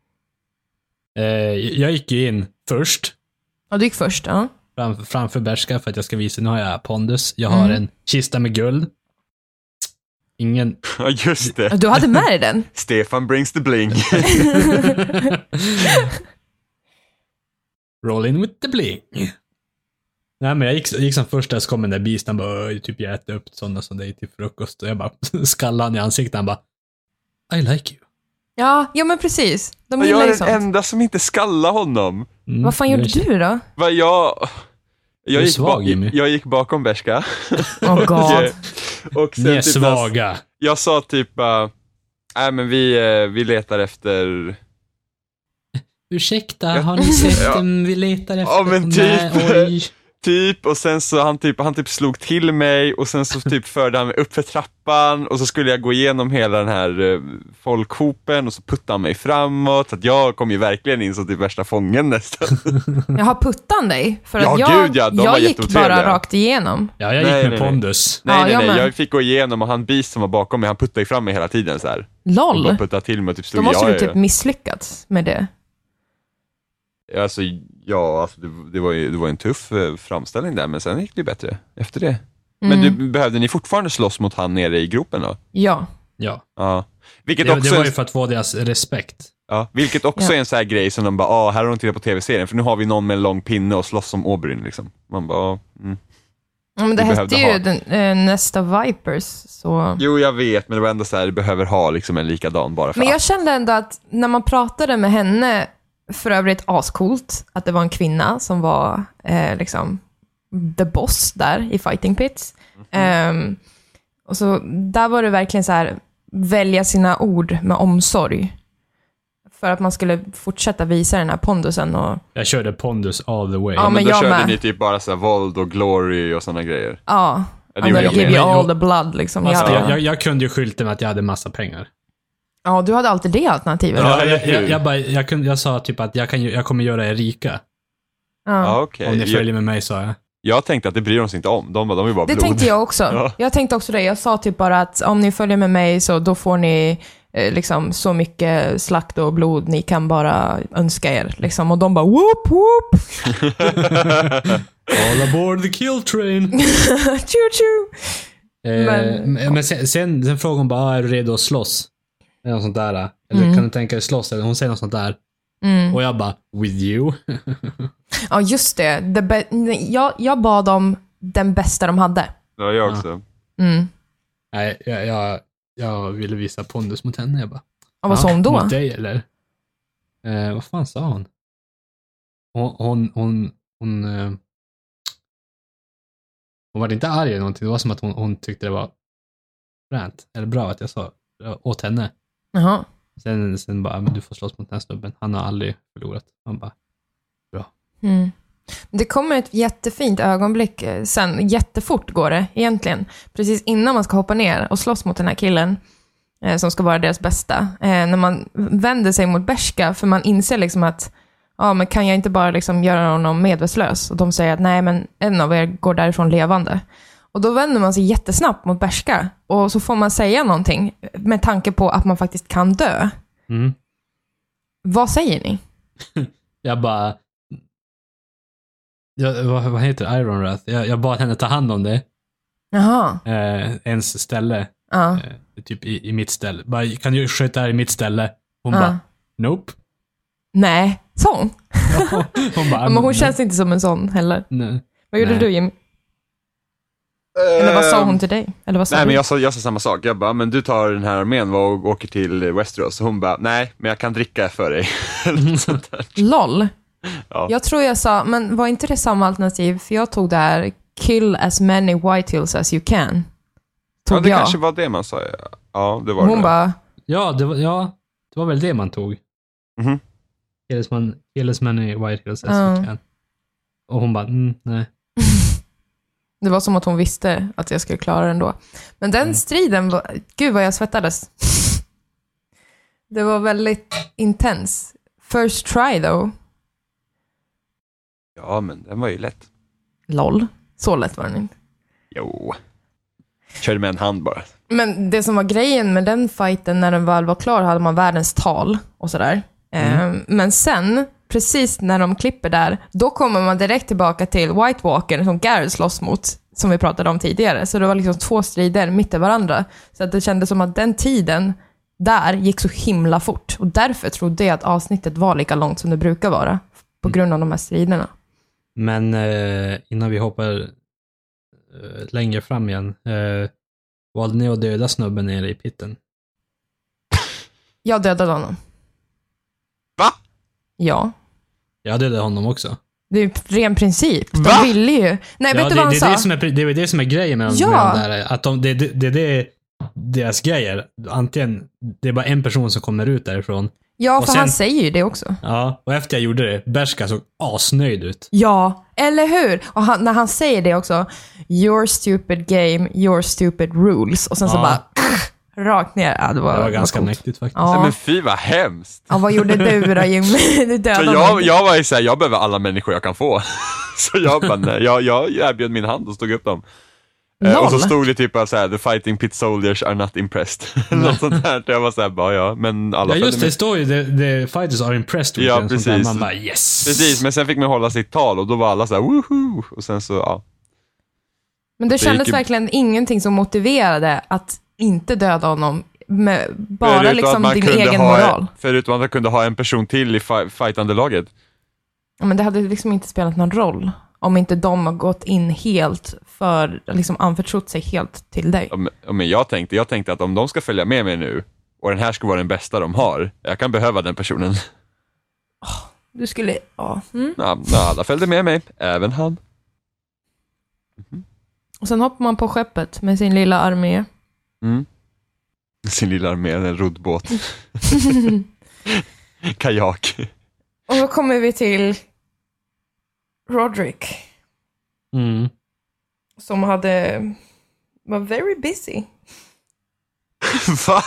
Jag gick ju in först. Ja, du gick först, ja. Framför Berska, för att jag ska visa, nu har jag pondus. Jag har en kista med guld. Ingen... Ja, just det. Du hade med dig den? Stefan brings the bling. Roll in with the bling. Nej, men jag gick som första, så kom den där beasten bara, typ jag äter upp sådana som dig till frukost. Och jag bara skallade han i ansiktet. Han bara, I like you. Ja men precis. De men gillar jag ju är sånt. den enda som inte skallar honom. Vad fan gjorde du då? Jag gick bakom Berska. Oh god. Och sen ni är typ svaga. Jag sa typ, men vi letar efter... Ursäkta, har ni sett dem vi letar efter? Ja, men typ. Nej, oj. Typ, och sen så han typ slog till mig, och sen så typ förde han mig upp för trappan, och så skulle jag gå igenom hela den här folkhopen, och så puttade han mig framåt, så att jag kom ju verkligen in som typ värsta fången nästan. Jag har puttat dig för att jag gick bara rakt igenom. Ja, jag gick med pondus. Nej, jag fick gå igenom, och han Beast som var bakom mig, han puttade ju fram mig hela tiden så här. LOL. Och puttade till mig och typ slog. Då måste du typ misslyckats med det. Alltså, det var ju en tuff framställning där, men sen gick det bättre efter det. Men behövde ni fortfarande slåss mot han nere i gropen då? Ja. Vilket det var ju för att få deras respekt. Ja, vilket också är en sån här grej som de bara, här har de tittat på tv-serien, för nu har vi någon med en lång pinne och slåss som Oberyn liksom. Man bara, men det hette ju nästa Vipers, så... Jo, jag vet, men det var ändå så här, du behöver ha liksom en likadan bara för. Men jag kände ändå att när man pratade med henne, för övrigt ascoolt att det var en kvinna som var liksom the boss där i Fighting Pits. Och så där var det verkligen så här, välja sina ord med omsorg för att man skulle fortsätta visa den här pondusen. Och... Jag körde pondus all the way. Ja, men då körde ni typ bara så här våld och glory och såna grejer. Ja, I'm gonna give you all the blood liksom. Alltså, jag kunde ju skylta med att jag hade massa pengar. Ja, du hade alltid det alternativet. Ja, jag sa typ att jag kommer göra er rika. Ja, okej. Om ni följer med mig, sa jag. Jag tänkte att det bryr de sig inte om. De vill bara det blod. tänkte jag också. Ja. Jag tänkte också det. Jag sa typ bara att om ni följer med mig så då får ni liksom så mycket slakt och blod ni kan bara önska er. Liksom. Och de bara whoop whoop. All aboard the kill train. Choo choo. Men sen frågar hon bara, är du redo att slåss? Eller något sånt där. Eller kan du tänka dig slåss? Eller hon säger något sånt där. Och jag bara, with you? Ja, just det. Jag bad om den bästa de hade. Ja, jag också. Nej, jag ville visa pondus mot henne. Jag bara, vad sa hon då? Mot dig, eller? Vad fan sa hon? Hon var inte arg eller någonting. Det var som att hon tyckte det var fränt. Eller bra att jag sa åt henne. Jaha. Sen bara, men du får slåss mot den här snubben. Han har aldrig förlorat. Han bara, bra. Det kommer ett jättefint ögonblick sen. Jättefort går det egentligen. Precis innan man ska hoppa ner och slåss mot den här killen som ska vara deras bästa. När man vänder sig mot Bershka, för man inser liksom att men kan jag inte bara liksom göra honom medvetslös? Och de säger att nej, men en av er går därifrån levande. Och då vänder man sig jättesnabbt mot Bershka. Och så får man säga någonting med tanke på att man faktiskt kan dö. Vad säger ni? Jag bara... vad heter Iron Wrath? Jag bad henne ta hand om det. Jaha. Ens ställe. Typ i mitt ställe. Bara, kan du sköta här i mitt ställe? Hon bara, nope. Nej, sån. Hon bara, men hon känns inte som en sån heller. Nej. Vad gjorde du, Jim? Eller vad sa hon till dig? Eller vad sa nej, du? men jag sa samma sak. Jag bara, men du tar den här armén och åker till Westeros. Och hon bara, nej, men jag kan dricka för dig. Sånt där. LOL. Ja. Jag tror jag sa, men var inte det samma alternativ? För jag tog där, kill as many whitehills as you can. Ja, det kanske var det man sa. Ja, det var hon det. Bara, det var väl det man tog. Kill as many whitehills as you can. Och hon bara, nej. Det var som att hon visste att jag skulle klara den då. Men den striden var... Gud vad jag svettades. Det var väldigt intens. First try though. Ja, men den var ju lätt. LOL. Så lätt var den inte. Jo. Körde med en hand bara. Men det som var grejen med den fighten, när den väl var klar, hade man världens tal och sådär. Men sen, precis när de klipper där, då kommer man direkt tillbaka till White Walker som Garrett slåss mot, som vi pratade om tidigare. Så det var liksom 2 strider mitt i varandra. Så att det kändes som att den tiden där gick så himla fort. Och därför trodde jag att avsnittet var lika långt som det brukar vara. På grund av de här striderna. Men innan vi hoppar längre fram igen. Valde ni att döda snubben nere i pitten? Jag dödade honom. Va? Ja. Jag dödade honom också. Det är ju ren princip. De Va? ville ju. Nej, vet du vad han sa? Det är det som är grejen med Ja. med de där. Att det är deras grejer. Antingen, det är bara en person som kommer ut därifrån. Ja, och för sen, han säger ju det också. Ja, och efter jag gjorde det, Bershka såg asnöjd ut. Ja, eller hur? Och när han säger det också, your stupid game, your stupid rules. Och sen så bara, rakt ner. Ja, det var ganska coolt. mäktigt faktiskt. Ja. Men fy vad hemskt. Ja, vad gjorde du då, Jimmy? Du dödade För jag var ju såhär, jag behöver alla människor jag kan få. Så jag bara, nej, jag erbjöd min hand och stod upp dem. Och så stod det typ såhär, the fighting pit soldiers are not impressed. Något sånt där. Jag var såhär, bara ja, men alla just det, står ju the fighters are impressed. Ja, precis. Man bara, yes. Precis, men sen fick man hålla sitt tal och då var alla såhär, woohoo. Och sen så, ja. Men det kändes verkligen ingenting som motiverade att inte döda honom. Med bara förutom liksom din egen moral. Förutom att man kunde ha en person till i fightande laget. Ja, men det hade liksom inte spelat någon roll. Om inte de har gått in helt för, liksom anförtrott sig helt till dig. Men jag tänkte att om de ska följa med mig nu och den här ska vara den bästa de har, jag kan behöva den personen. Du skulle, ja. Alla följde med mig, även han. Och sen hoppar man på skeppet med sin lilla armé. Sin lilla armé, en roddbåt. Kajak. Och då kommer vi till Roderick. Som var very busy. Va?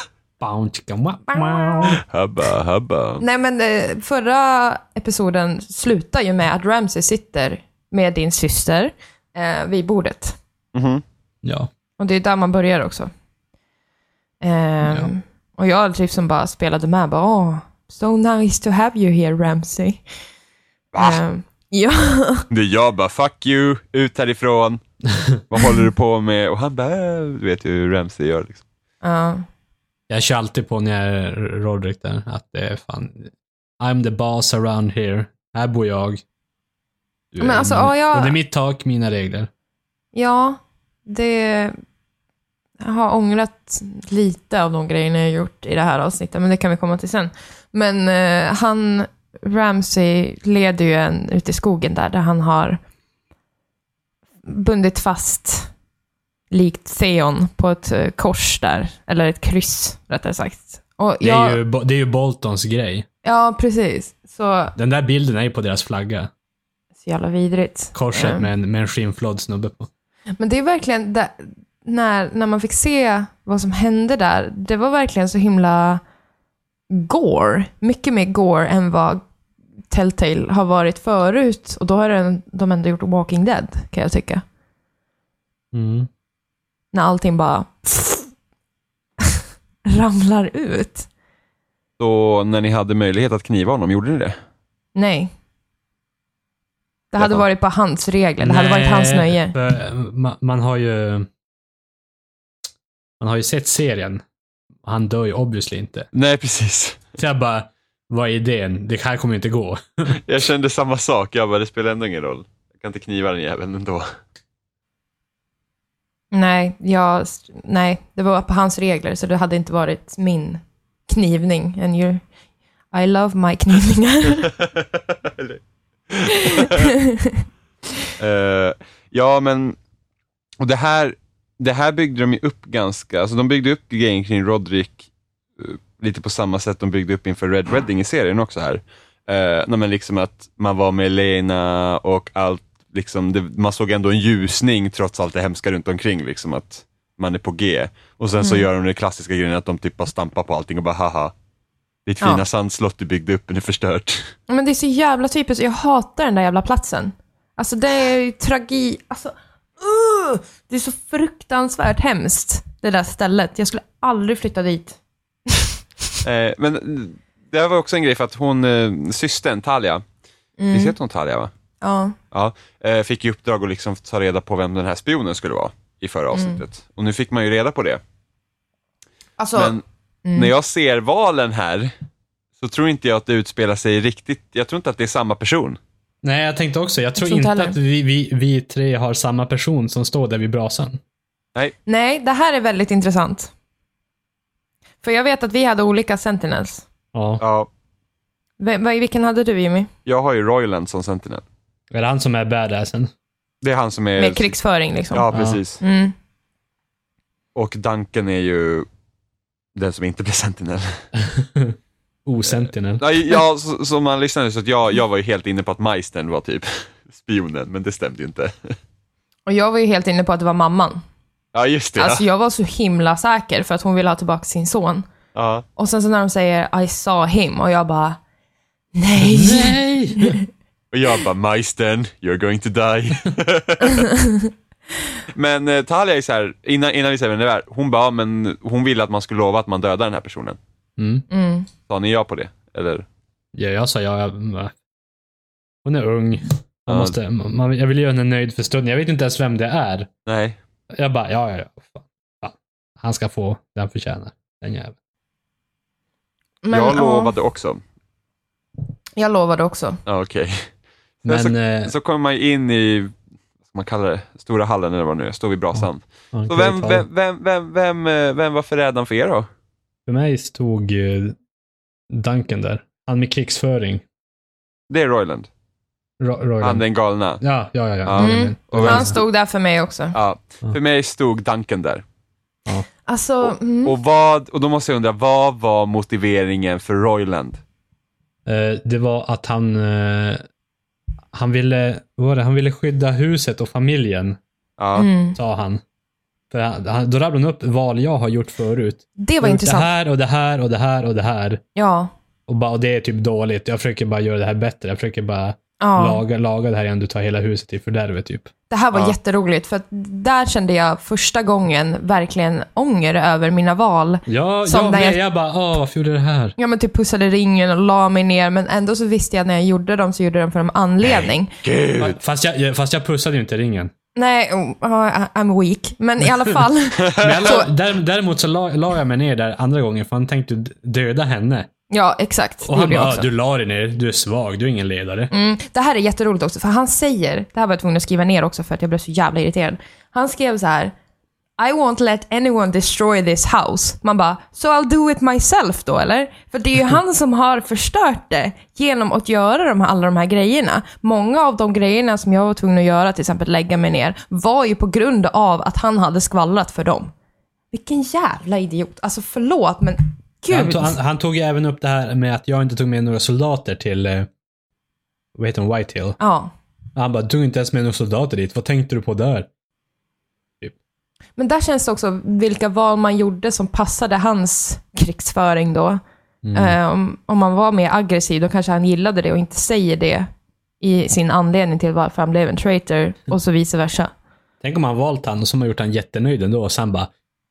Habba. Nej, men förra episoden slutar ju med att Ramsay sitter med din syster vid bordet. Ja. Och det är där man börjar också. Och jag typ som bara spelade med. Bara, so nice to have you here, Ramsay. Va? Ja. Det är jag bara, fuck you, ut härifrån. Vad håller du på med? Och han bara, du vet ju hur Ramsay gör liksom. Ja. Jag kör alltid på när jag är Roderick där. Att det är fan, I'm the boss around here. Här bor jag. Men alltså, jag... Och det är mitt tak, mina regler. Ja, det... Jag har ångrat lite av de grejerna jag gjort i det här avsnittet, men det kan vi komma till sen. Men Ramsay leder ju en ut i skogen där han har bundit fast likt Theon på ett kors där, eller ett kryss rättare sagt. Och det är ju Boltons grej. Ja, precis. Så, den där bilden är ju på deras flagga. Så jävla vidrigt. Korset med en skinnflådd snubbe på. Men det är verkligen när man fick se vad som hände där, det var verkligen så himla gore. Mycket mer gore än vad Telltale har varit förut. Och då har de ändå gjort Walking Dead, kan jag tycka. Mm. När allting bara ramlar ut. Så när ni hade möjlighet att kniva honom, gjorde ni det? Nej. Det hade varit på hans regler. Det hade varit hans nöje. Man har ju sett serien. Han dör ju obviously inte. Nej, precis. Så jag bara, vad är idén? Det här kommer inte gå. Jag kände samma sak. Jag bara, det spelar ändå ingen roll. Jag kan inte kniva den jäveln ändå. Nej, det var på hans regler, så det hade inte varit min knivning. I love my knivningar. Ja, men och det här byggde de ju upp ganska, alltså de byggde upp grejen kring Roderick lite på samma sätt de byggde upp inför Red Wedding i serien också här. När man liksom att man var med Lena och allt liksom, man såg ändå en ljusning trots allt det hemska runt omkring liksom, att man är på G. Och sen så gör de det klassiska grejen att de typ bara stampar på allting och bara haha, ditt fina sandslott du byggde upp är förstört. Men det är så jävla typiskt. Jag hatar den där jävla platsen. Alltså det är ju tragi. Alltså, det är så fruktansvärt hemskt, det där stället. Jag skulle aldrig flytta dit. Men det var också en grej för att hon, systern Talia, visst heter hon Talia, va? Ja. Fick i uppdrag att liksom ta reda på vem den här spionen skulle vara i förra avsnittet. Och nu fick man ju reda på det. Alltså, men när jag ser valen här så tror inte jag att det utspelar sig riktigt. Jag tror inte att det är samma person. Nej, jag tänkte också. Jag tror inte att vi tre har samma person som står där vid brasan. Nej, det här är väldigt intressant. För jag vet att vi hade olika Sentinels. Ja. Vilken hade du, Jimmy? Jag har ju Royland som Sentinel. Är det han som är badassen? Det är han som är... Med krigsföring liksom. Ja, precis. Mm. Och Duncan är ju den som inte blir Sentinel. Osentinel. Ja, som man lyssnade så att jag var ju helt inne på att Meistern var typ spionen, men det stämde ju inte. Och jag var ju helt inne på att det var mamman. Ja, just det. Alltså jag var så himla säker för att hon ville ha tillbaka sin son. Ja. Och sen så när de säger I saw him och jag bara nej. Och jag bara, Meistern, you're going to die. Men Talia är så här, innan vi säger vem det är, hon bara, men hon ville att man skulle lova att man dödar den här personen. Sa ni ja på det? Eller? Ja, jag sa ja. Hon är ung. Jag vill göra henne nöjd för stunden. Jag vet inte ens vem det är. Nej. Jag bara, ja. Fan. Han ska få det han förtjänar. Den jäveln. Jag lovade också. Jag lovade också. Ja, okej. Men så kommer man in i, vad ska man kallar det, stora hallen eller vad nu är, står vid brasan. Ja, så vem var förrädaren för er då? För mig stod Duncan där. Han med krigsföring. Det är Royland. Royland. Han den galna. Ja. Och han stod där för mig också. Ja, för mig stod Duncan där. Ja. Alltså, och då måste jag undra, vad var motiveringen för Royland? Det var att han ville skydda huset och familjen. Ja. Sa han. För då rabblade han upp val jag har gjort förut. Det var intressant. Det här och det här och det här och det här. Ja. Och det är typ dåligt. Jag försöker bara göra det här bättre. Jag försöker bara laga det här innan du tar hela huset i fördärvet typ. Det här var jätteroligt, för att där kände jag första gången verkligen ånger över mina val. Ja, jag bara, varför gjorde det här? Ja, men typ pussade ringen och la mig ner, men ändå så visste jag att när jag gjorde dem så gjorde jag dem för en anledning. Gud. Fast jag pussade ju inte ringen. Nej, I'm weak. Men i alla fall. Däremot så la jag mig ner där andra gången, för han tänkte döda henne. Ja, exakt. Och han bara, du la dig ner, du är svag, du är ingen ledare. Det här är jätteroligt också, för han säger, det här var jag tvungen att skriva ner också för att jag blev så jävla irriterad. Han skrev så här: I won't let anyone destroy this house. Man bara, so I'll do it myself då, eller? För det är ju han som har förstört det genom att göra alla de här grejerna. Många av de grejerna som jag var tvungen att göra, till exempel lägga mig ner, var ju på grund av att han hade skvallrat för dem. Vilken jävla idiot. Alltså förlåt, men gud. Han tog ju även upp det här med att jag inte tog med några soldater till vad heter de, Whitehill. Ja. Han bara, du tog inte ens med några soldater dit. Vad tänkte du på där? Typ. Men där känns det också vilka val man gjorde som passade hans krigsföring då. Om man var mer aggressiv, då kanske han gillade det och inte säger det i sin anledning till varför han blev en traitor och så vice versa. Tänk om han valt han och som har gjort han jättenöjd ändå och sen bara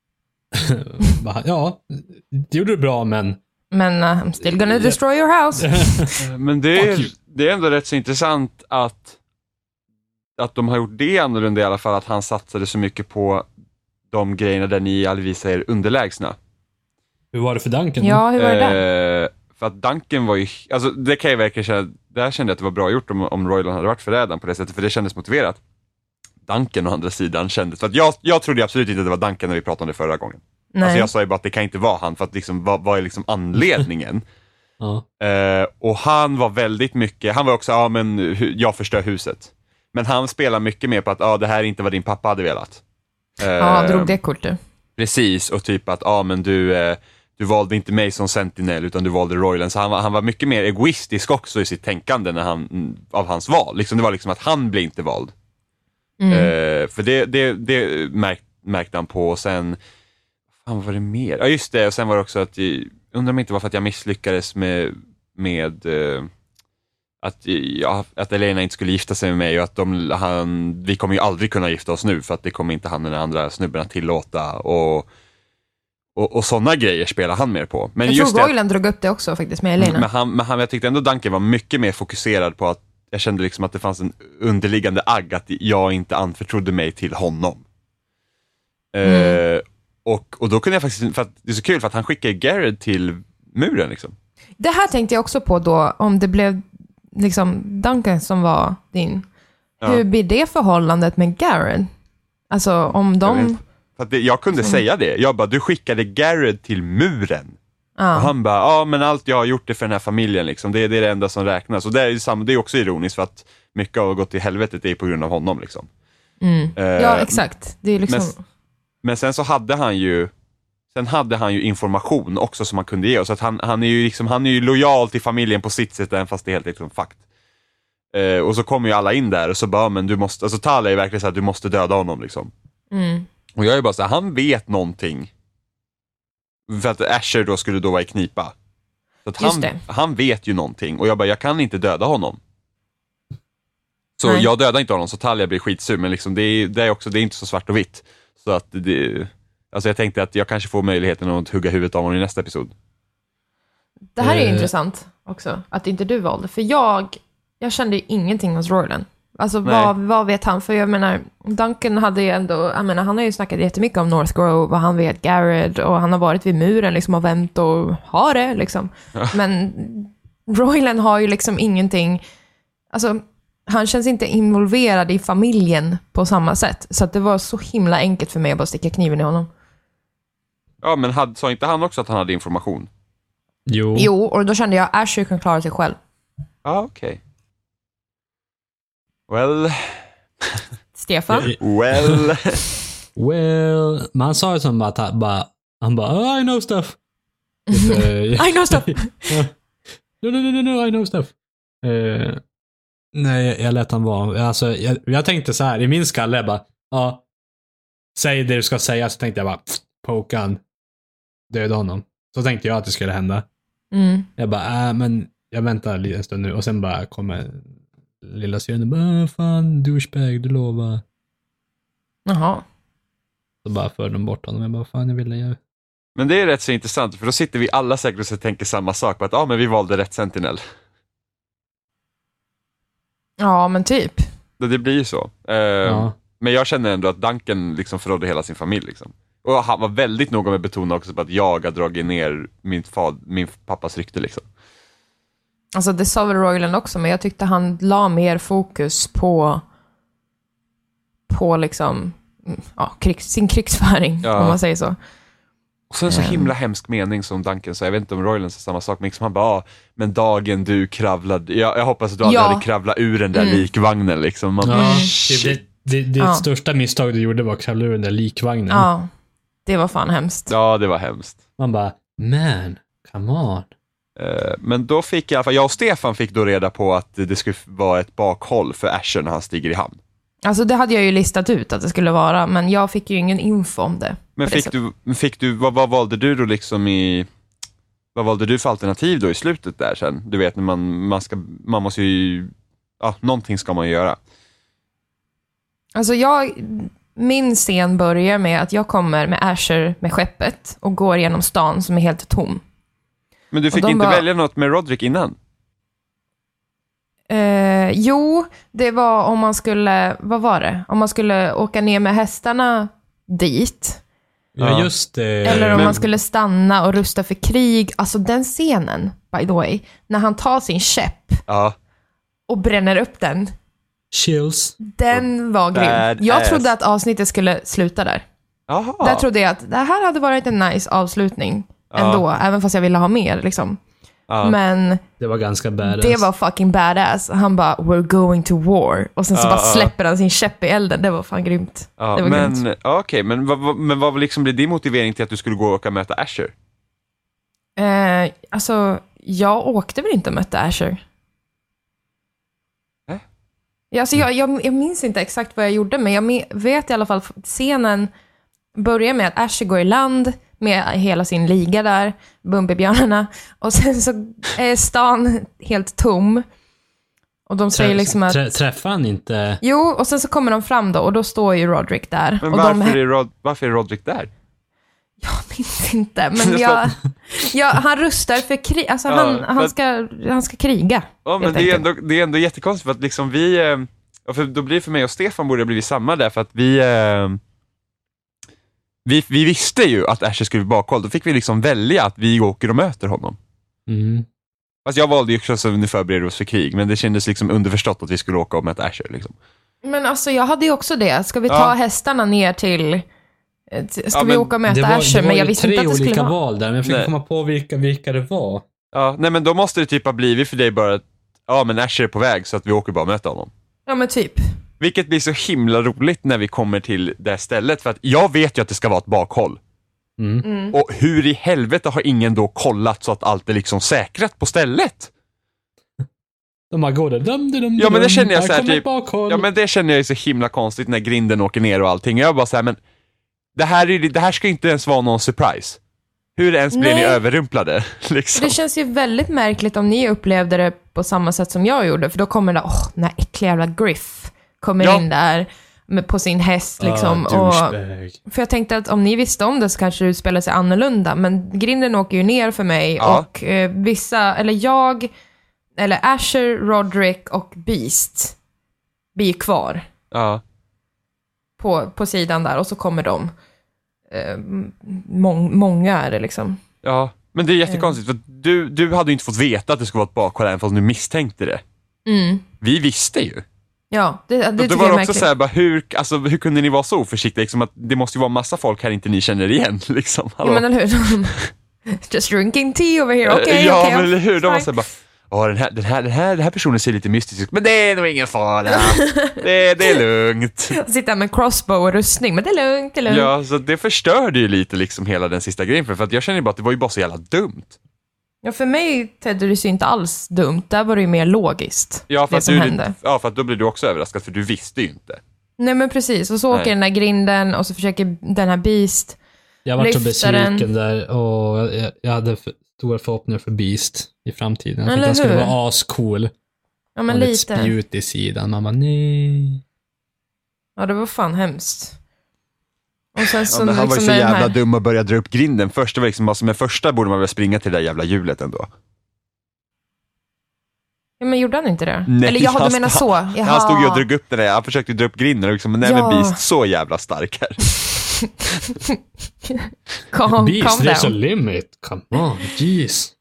ja, det gjorde du bra, men I'm still gonna destroy your house. Men det är ändå rätt så intressant att de har gjort det annorlunda i alla fall, att han satsade så mycket på de grejerna där ni aldrig visar er underlägsna. Hur var det för Duncan? Ja, hur var det där? För att Duncan var ju, alltså det kan jag verkligen känna, där kände jag att det var bra gjort om Royland hade varit förrädaren på det sättet, för det kändes motiverat. Duncan å andra sidan kändes, för att jag trodde absolut inte att det var Duncan när vi pratade om det förra gången. Nej. Alltså jag sa ju bara att det kan inte vara han, för att liksom, vad är liksom anledningen? Ja. Och han var väldigt mycket, han var också, men jag förstör huset. Men han spelar mycket mer på att det här inte var din pappa hade velat. Drog det kortet. Precis, och typ att men du valde inte mig som Sentinel utan du valde Royland. Så han var mycket mer egoistisk också i sitt tänkande av hans val. Liksom, det var liksom att han blev inte vald. För det märkte han på. Och sen, vad var det mer? Ja just det, och sen var det också att undrar om inte varför att jag misslyckades med att Elena inte skulle gifta sig med mig, och att vi kommer ju aldrig kunna gifta oss nu för att det kommer inte han och den andra snubben att tillåta, och sådana grejer spelar han mer på. Men jag tror Royland drog upp det också faktiskt med Elena. Men jag tyckte ändå Duncan var mycket mer fokuserad på att jag kände liksom att det fanns en underliggande agg att jag inte anförtrodde mig till honom. Och då kunde jag faktiskt, för att det är så kul för att han skickade Garrett till muren liksom. Det här tänkte jag också på då, om det blev liksom Duncan som var din. Hur blir det förhållandet med Garrett? Alltså om de... För att jag kunde säga det. Jag bara, du skickade Garrett till muren. Och han bara, men allt jag har gjort är för den här familjen liksom. Det är det enda som räknas. Och det är också ironiskt för att mycket har gått till helvetet är på grund av honom liksom. Ja, exakt. Det är liksom... Men sen så hade han ju information också som han kunde ge oss. Så att han är ju lojal till familjen på sitt sätt, även fast det är helt liksom fakt. Och så kommer ju alla in där och så bara, men du måste, alltså Talia är verkligen så att du måste döda honom liksom. Och jag är bara så här, han vet någonting. För att Asher då skulle då vara i knipa. Så att han vet ju någonting. Och jag bara, jag kan inte döda honom. Så jag dödar inte honom, så Talia blir skitsur. Men liksom det är inte så svart och vitt. Så att alltså jag tänkte att jag kanske får möjligheten att hugga huvudet av honom i nästa episod. Det här är intressant också, att inte du valde. För jag kände ju ingenting hos Royland. Alltså vad vet han? För jag menar, Duncan hade ju ändå, han har ju snackat jättemycket om North Grove och han vet Garrett och han har varit vid muren liksom och vänt och har det liksom. Men Royland har ju liksom ingenting, alltså han känns inte involverad i familjen på samma sätt. Så att det var så himla enkelt för mig att bara sticka kniven i honom. Ja, men sa inte han också att han hade information? Jo, och då kände jag att Asher kan klara sig själv. Ja, okej. Well... Stefan? Well... Men han sa ju som att han bara, I know stuff. I know stuff. No, I know stuff. Nej, jag lät han vara. Alltså, jag tänkte så här, i min skalle, jag bara, säg det du ska säga, så tänkte jag bara, poka han, döda honom. Så tänkte jag att det skulle hända. Jag bara, men jag väntar en stund nu, och sen bara kommer lilla syren bara, fan, douchebag, du lovar. Jaha. Så bara för de bort honom. Jag bara, fan, jag ville göra. Men det är rätt så intressant, för då sitter vi alla säkert och tänker samma sak, på att men vi valde rätt Sentinel. Ja, men typ. Det blir ju så. Ja. Men jag känner ändå att Duncan liksom förrådde hela sin familj. Liksom. Och han var väldigt noga med att betona också på att jag har dragit ner min pappas rykte. Liksom. Alltså det sa väl Roiland också, men jag tyckte han la mer fokus på liksom, sin krigsföring, om man säger så. Och så en så himla hemsk mening som Duncan sa, jag vet inte om Roiland sa samma sak, men liksom han bara, men dagen du kravlade, jag hoppas att du aldrig hade kravlat ur den där likvagnen liksom. Man bara, det största misstag du gjorde var att kravla ur den där likvagnen. Ja, det var fan hemskt. Ja, det var hemskt. Man bara, man, come on. Men då fick jag och Stefan fick då reda på att det skulle vara ett bakhåll för Asher när han stiger i hamn. Alltså det hade jag ju listat ut att det skulle vara, men jag fick ju ingen info om det. Men fick du vad valde du då liksom vad valde du för alternativ då i slutet där sen? Du vet när man måste ju, någonting ska man ju göra. Alltså min scen börjar med att jag kommer med Asher med skeppet och går genom stan som är helt tom. Men du fick inte välja något med Roderick innan? Jo, det var om man skulle, vad var det? Om man skulle åka ner med hästarna dit. Ja, just det. Eller om man skulle stanna och rusta för krig. Alltså den scenen, by the way, när han tar sin käpp och bränner upp den. Chills. Den var grym. Jag trodde att avsnittet skulle sluta där. Aha. Där trodde jag att det här hade varit en nice avslutning ändå, även fast jag ville ha mer liksom. Men det var ganska badass. Det var fucking badass. Han bara, we're going to war. Och sen så bara släpper han sin käpp i elden. Det var fan grymt. Det var grymt. Okej, men vad liksom blev din motivering till att du skulle gå och möta Asher? Alltså, jag åkte väl inte och mötte Asher. Alltså, jag minns inte exakt vad jag gjorde, men jag vet i alla fall scenen börjar med att Asher går i land med hela sin liga där, Bumbibjörnarna, och sen så är stan helt tom. Och de säger liksom att... Träffar han inte? Jo, och sen så kommer de fram då, och då står ju Roderick där. Men och varför är Roderick där? Jag minns inte, men han rustar för krig. Alltså han ska kriga. Ja, men det är ändå jättekonstigt, för att liksom för då blir det för mig och Stefan borde ha blivit samma där, för att vi visste ju att Asher skulle bli bakhåll. Då fick vi liksom välja att vi åker och möter honom. Fast jag valde ju också att vi förbereder oss för krig, men det kändes liksom underförstått att vi skulle åka och möta Asher liksom. Men alltså jag hade ju också det. Ska vi ta hästarna ner till... Ska vi åka och möta Asher? Men jag visste inte att det skulle vara... Det var val där, men jag fick komma på vilka det var. Ja, nej, men då måste det typ ha blivit för dig bara att men Asher är på väg, så att vi åker bara och möta honom. Ja, men typ. Vilket blir så himla roligt när vi kommer till det stället, för att jag vet ju att det ska vara ett bakhåll. Och hur i helvete har ingen då kollat så att allt är liksom säkrat på stället? De har gått ja, men det känner jag så här typ, ja, men det känner jag är så himla konstigt när grinden åker ner och allting. Jag bara så här, men det här ska inte ens vara någon surprise. Hur ens blev ni överrumplade? Liksom. Det känns ju väldigt märkligt om ni upplevde det på samma sätt som jag gjorde. För då kommer det, den här äckliga jävla Griff kommer in där på sin häst liksom. För jag tänkte att om ni visste om det så kanske det spelar sig annorlunda. Men grinden åker ju ner för mig. Och vissa, eller Asher, Roderick och Beast blir kvar. På sidan där, och så kommer de. Många är det liksom. Ja, men det är jättekonstigt, för du hade ju inte fått veta att det skulle vara ett bakhåll även fast du misstänkte det. Vi visste ju. Ja, det var tycker det jag också så här, bara, hur kunde ni vara så oförsiktiga liksom, att det måste ju vara massa folk här inte ni känner igen liksom. Ja, men eller hur? Just drinking tea over here. Okay, men eller hur? De var så här, bara, den här personen ser lite mystisk ut, men det är nog ingen fara. Det är lugnt. Sitta med crossbow och rustning, men det är lugnt. Ja, så det förstörde ju lite liksom hela den sista grejen, för att jag känner bara att det var ju bara så jävla dumt. Ja, för mig tedde det sig inte alls dumt. Där var det ju mer logiskt. Ja, för det som hände. Ja, för att då blir du också överraskad, för du visste ju inte. Nej, men precis. Och så åker den där grinden och så försöker den här Beast jag var så besviken där, och jag hade stora förhoppningar för Beast i framtiden. Jag tänkte att han skulle vara ascool. Ja, men och ett lite. spjut i sidan. Man bara, nej. Ja, det var fan hemskt. Och sen så men han var ju liksom så den jävla här... dum och började dra upp grinden. Först det var liksom, alltså med första borde man väl springa till det där jävla hjulet ändå. Ja, men gjorde han inte det? Nej, Eller jag du menar så. Jaha. Han stod ju och drog upp den där, han försökte dra upp grinden och liksom, men nej men Beast, så jävla stark här. Calm Beast, there's a down. limit. Come on, jeez.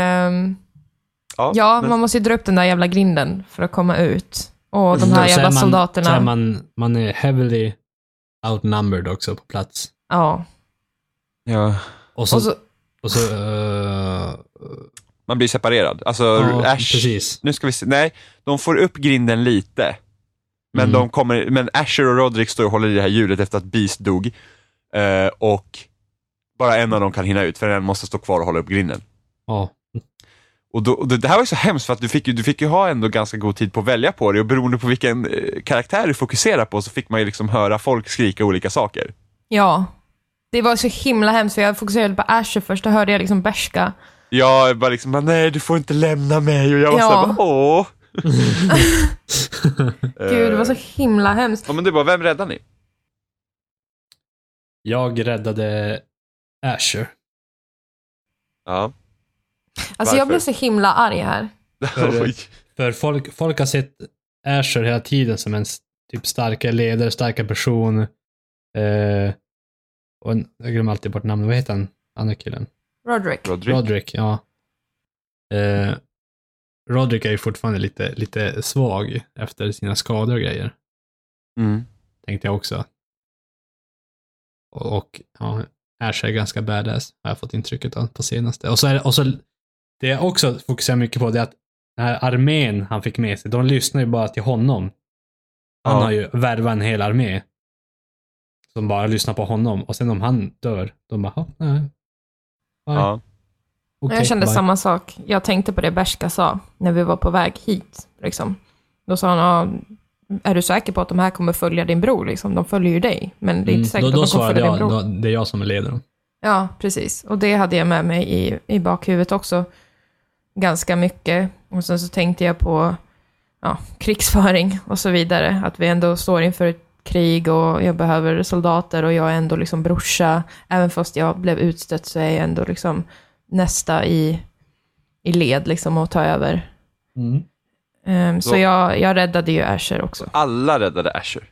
Ja, men- man måste ju dra upp den där jävla grinden för att komma ut. Och de här Så jävla är soldaterna. Så är man är heavily outnumbered också på plats. Ja. Ja. Och så, Och så, Man blir separerad. Alltså ja, Ash, precis. nu ska vi se, nej, de får upp grinden lite. Men men Asher och Roderick står och håller i det här hjulet efter att Beast dog. Och bara en av dem kan hinna ut, för en måste stå kvar och hålla upp grinden. Ja. Och det här var ju så hemskt, för att du fick ju ha ändå ganska god tid på att välja på det, och beroende på vilken karaktär du fokuserar på så fick man ju liksom höra folk skrika olika saker. ja. Det var så himla hemskt, för jag fokuserade på Asher först. Då hörde jag liksom Bershka. Jag bara liksom, nej du får inte lämna mig, och jag var Ja. så bara, åh. Gud, det var så himla hemskt. Ja, men det var, vem räddar ni? Jag räddade Asher. Ja. Alltså Varför? jag blev så himla arg här. Oj. För folk har sett Asher hela tiden som en typ starkare ledare, starkare person. Och jag glömmer alltid bort namnet. Vad heter han? Andra killen. Roderick. Roderick, ja. Roderick är ju fortfarande lite svag efter sina skador och grejer. Mm. Tänkte jag också. Och ja, Ash är ganska badass, har jag fått intrycket av på senaste. Och så det jag också fokuserar mycket på, det är att den här armén han fick med sig, de lyssnar ju bara till honom. Han har ju värvat en hel armé som bara lyssnar på honom, och sen om han dör, de bara, nej. Ja. Okay, Jag kände bye. samma sak. Jag tänkte på det Bershka sa när vi var på väg hit. Liksom. Då sa han, är du säker på att de här kommer följa din bror? Liksom? De följer ju dig, men det är inte säkert att de kommer följa din bror. Det är jag som är ledaren. Ja, precis. Och det hade jag med mig i bakhuvudet också. Ganska mycket. Och sen så tänkte jag på krigsföring och så vidare. Att vi ändå står inför ett krig och jag behöver soldater och jag är ändå liksom brorsa. Även fast jag blev utstött så är jag ändå liksom nästa i led liksom och ta över. Så jag räddade ju Asher också. Alla räddade Asher.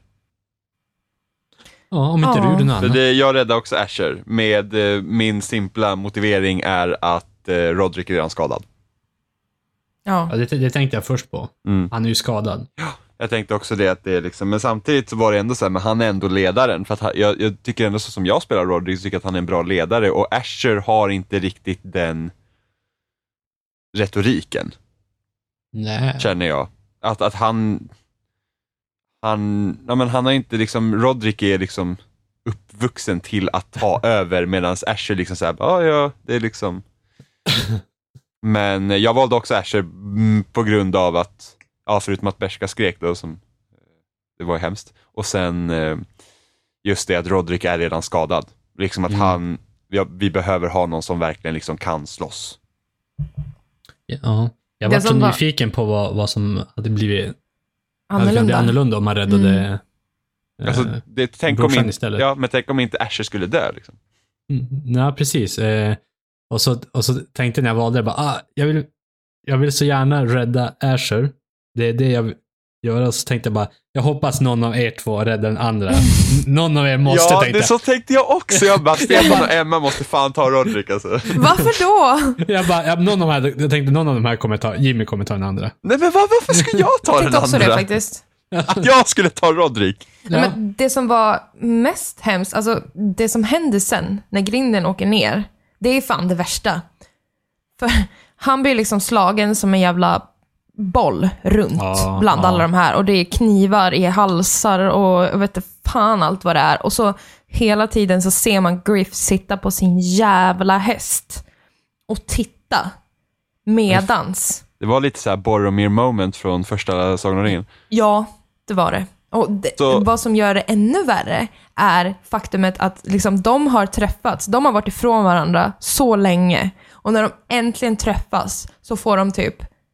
Ja, om inte du gjorde något annat. Jag räddade också Asher med min simpla motivering är att Roderick är redan skadad. Ja. Ja, det tänkte jag först på. Han är ju skadad. Jag tänkte också det, att det är liksom, men samtidigt så var det ändå så här, men han är ändå ledaren, för att jag tycker ändå, så som jag spelar Roderick, så tycker jag att han är en bra ledare, och Asher har inte riktigt den retoriken. Nej. Känner jag. Att han har inte liksom, Roderick är liksom uppvuxen till att ta över, medan Asher liksom såhär, ja, det är liksom. Men jag valde också Asher på grund av att, förutom att Bershka skrek då, som det var ju hemskt, och sen just det att Roderick är redan skadad, liksom att vi behöver ha någon som verkligen liksom kan slåss. Ja. Jag var så nyfiken på vad som hade blivit annorlunda om man räddade Alltså, tänk om inte Asher skulle dö liksom. Ja, precis. Och så tänkte när jag valde det, jag vill så gärna rädda Asher. Det är det jag vill göra. Och så tänkte jag bara, jag hoppas någon av er två räddar den andra. Någon av er måste, tänkte jag. Så tänkte jag också. Jag bara, Stefan och Emma måste fan ta Roderick alltså. Varför då? Jag tänkte någon av de här Jimmy kommer ta den andra. Nej, men varför ska jag ta den andra? Jag tänkte också det faktiskt. Att jag skulle ta Roderick. Ja. Men det som var mest hemskt, alltså det som händer sen när grinden åker ner, det är fan det värsta. För han blir liksom slagen som en jävla boll runt bland alla de här, och det är knivar i halsar och jag vet inte fan allt vad det är, och så hela tiden så ser man Griff sitta på sin jävla häst och titta medans. Det var lite så här Boromir moment från första Sagan om ringen. Ja, det var det. Och vad som gör det ännu värre är faktumet att liksom, de har träffats. De har varit ifrån varandra så länge. Och när de äntligen träffas så får de typ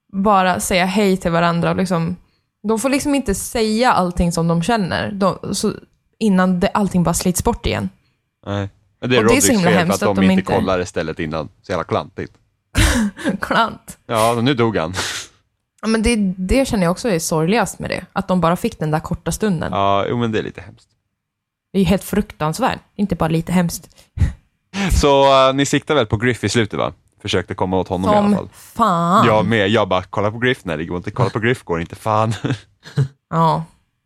bara säga hej till varandra. Och liksom, de får liksom inte säga allting som de känner. Innan allting bara slits bort igen. Nej. Men det är Och det är så Rodrigs himla fel för hemskt att att de de inte inte- kollar istället innan. Så jävla klantigt. Klant. Ja, nu dog han. Ja, men det känner jag också är sorgligast med det. Att de bara fick den där korta stunden. Ja, jo, men det är lite hemskt. Det är ju helt fruktansvärt. Inte bara lite hemskt. Så ni siktar väl på Griff i slutet, va? Försökte komma åt honom i alla fall. Som fan. Jag med. Jag bara, kolla på Griff. Nej, det går inte. Kolla på Griff går inte. Fan. Ja.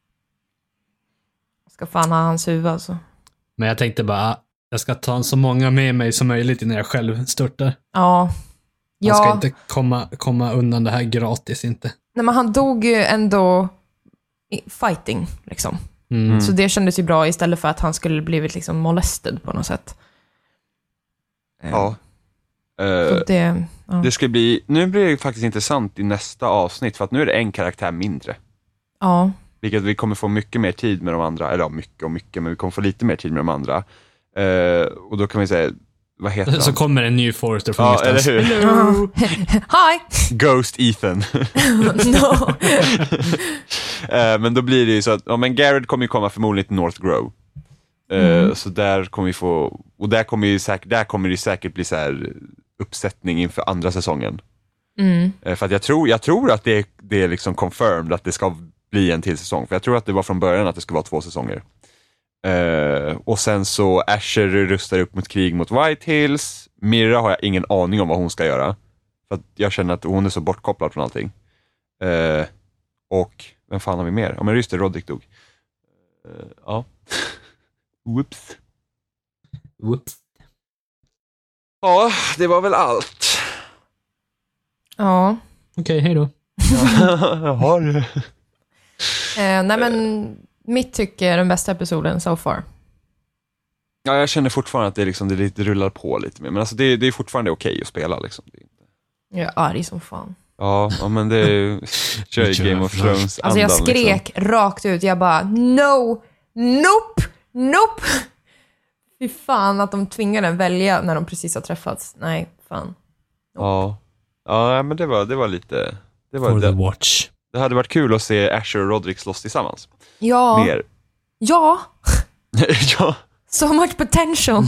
Ska fan ha hans huvud alltså. Men jag tänkte bara, jag ska ta så många med mig som möjligt innan jag själv störtar. Ja. Man ska Ja. inte komma undan det här gratis inte. Nej, men han dog ju ändå i fighting, liksom. Mm. Så det kändes ju bra istället för att han skulle blivit liksom molested på något sätt. Ja. Så Det ska bli, nu blir det faktiskt intressant i nästa avsnitt, för att nu är det en karaktär mindre. Ja. Vilket vi kommer få mycket mer tid med de andra, eller ja, mycket, men vi kommer få lite mer tid med de andra. Och då kan vi säga, vad heter Så han? kommer en ny Forrester från Ja, eller ingenstans. hur? Hi! Ghost Ethan. No. Men då blir det ju så att, ja, men Garrett kommer ju komma förmodligen till North Grove. Så där kommer vi få, och där kommer det säkert bli så här uppsättning inför andra säsongen. För att jag tror att det är liksom confirmed att det ska bli en till säsong. För jag tror att det var från början att det ska vara 2 säsonger. Och sen så Asher rustar upp mot krig mot Whitehills. Mira har jag ingen aning om vad hon ska göra. För att jag känner att hon är så bortkopplad från allting. Och vem fan har vi mer? Ja, men just det, Roderick dog. Ja. Whoops. Whoops. Ja, det var väl allt. Ja. Okej, hej då. Jaha du. Nej, men mitt tycke är den bästa episoden so far. Ja, jag känner fortfarande att det rullar på lite mer. Men alltså det är fortfarande okej att spela liksom. Jag är arg som fan. Ja, men det är kör i Game of Thrones Alltså jag andan, skrek rakt ut. Jag bara, no, nope. Fy fan att de tvingade en välja när de precis har träffats. Nej, fan. Ja, men det var lite... For the watch. Det hade varit kul att se Asher och Roderick slåss tillsammans. Ja. Mer. Ja. Ja. So much potential.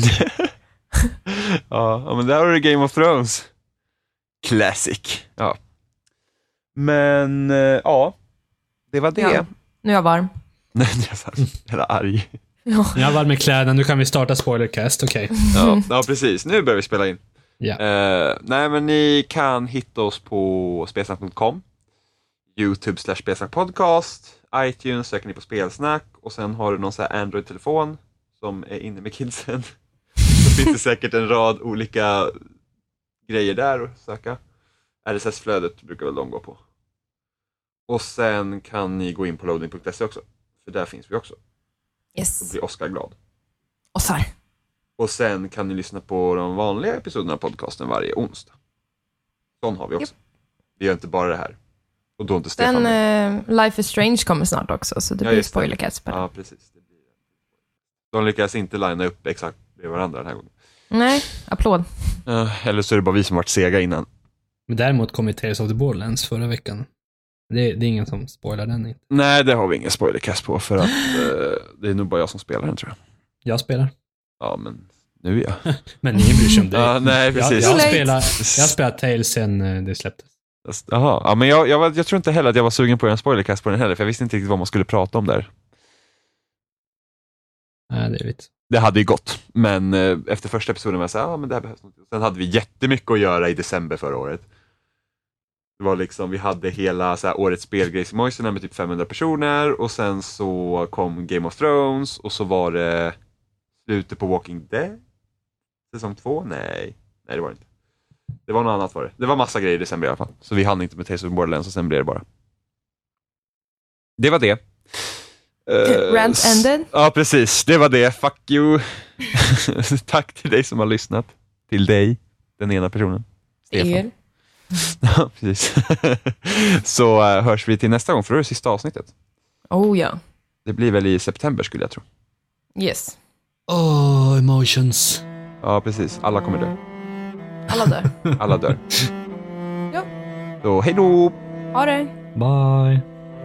Ja, men där har du Game of Thrones. Classic. Ja. Men, ja. Det var det. Ja. Nu är jag varm. Nej, jag är arg. Ja. Jag var med kläderna, nu kan vi starta spoilercast, okej. Ja, precis. Nu börjar vi spela in. Ja. Nej, men ni kan hitta oss på spelsnack.com, YouTube/spelsnackpodcast, iTunes söker ni på spelsnack, och sen har du någon så här Android-telefon som är inne med kidsen. Så finns det säkert en rad olika grejer där att söka. RSS-flödet brukar väl de gå på. Och sen kan ni gå in på loading.se också, för där finns vi också. Då Yes. blir Oskar glad. Och så här. Och sen kan ni lyssna på de vanliga episoderna av podcasten varje onsdag. Sån har vi också. Vi gör inte bara det här. Och då inte Stefan Sen med. Life is Strange kommer snart också, så det Ja, blir just det. spoilercast på det. Ja, precis. Det blir... De lyckas inte linea upp exakt med varandra den här gången. Nej, applåd. Eller så är det bara vi som varit sega innan. Men däremot kom ju Tales of the Borderlands förra veckan. Det är ingen som spoilar den inte. Nej, det har vi ingen spoilercast på, för att det är nog bara jag som spelar den, tror jag. Jag spelar. Ja, men nu är jag. Men ingen bryr sig om det. Ja, nej, precis. Jag Late. har spelat Tales sen det släpptes. Jaha, ja, men jag tror inte heller att jag var sugen på en spoilercast på den heller, för jag visste inte riktigt vad man skulle prata om där. Nej, det är lite. Det hade ju gått, men efter första episoden var jag såhär, men det här behövs något. Sen hade vi jättemycket att göra i december förra året. Det var liksom, vi hade hela så här, årets spelgrejsmojserna med typ 500 personer, och sen så kom Game of Thrones, och så var det slutet på Walking Dead säsong 2, nej det var det inte. Det var något annat var det. Det var massa grejer i december i alla fall, så vi hann inte med Tales of the Borderlands, och sen blev det bara. Det var det. Rant ended. Ja, precis. Det var det. Fuck you. Tack till dig som har lyssnat. Till dig, den ena personen. Stefan. Er. Ja, precis. Så hörs vi till nästa gång, för då är det sista avsnittet. Oh ja. Det blir väl i september, skulle jag tro. Yes. Emotions. Ja, precis. Alla kommer dö. Alla dör. Alla dör. Ja. Så hej då! Ha det! Bye.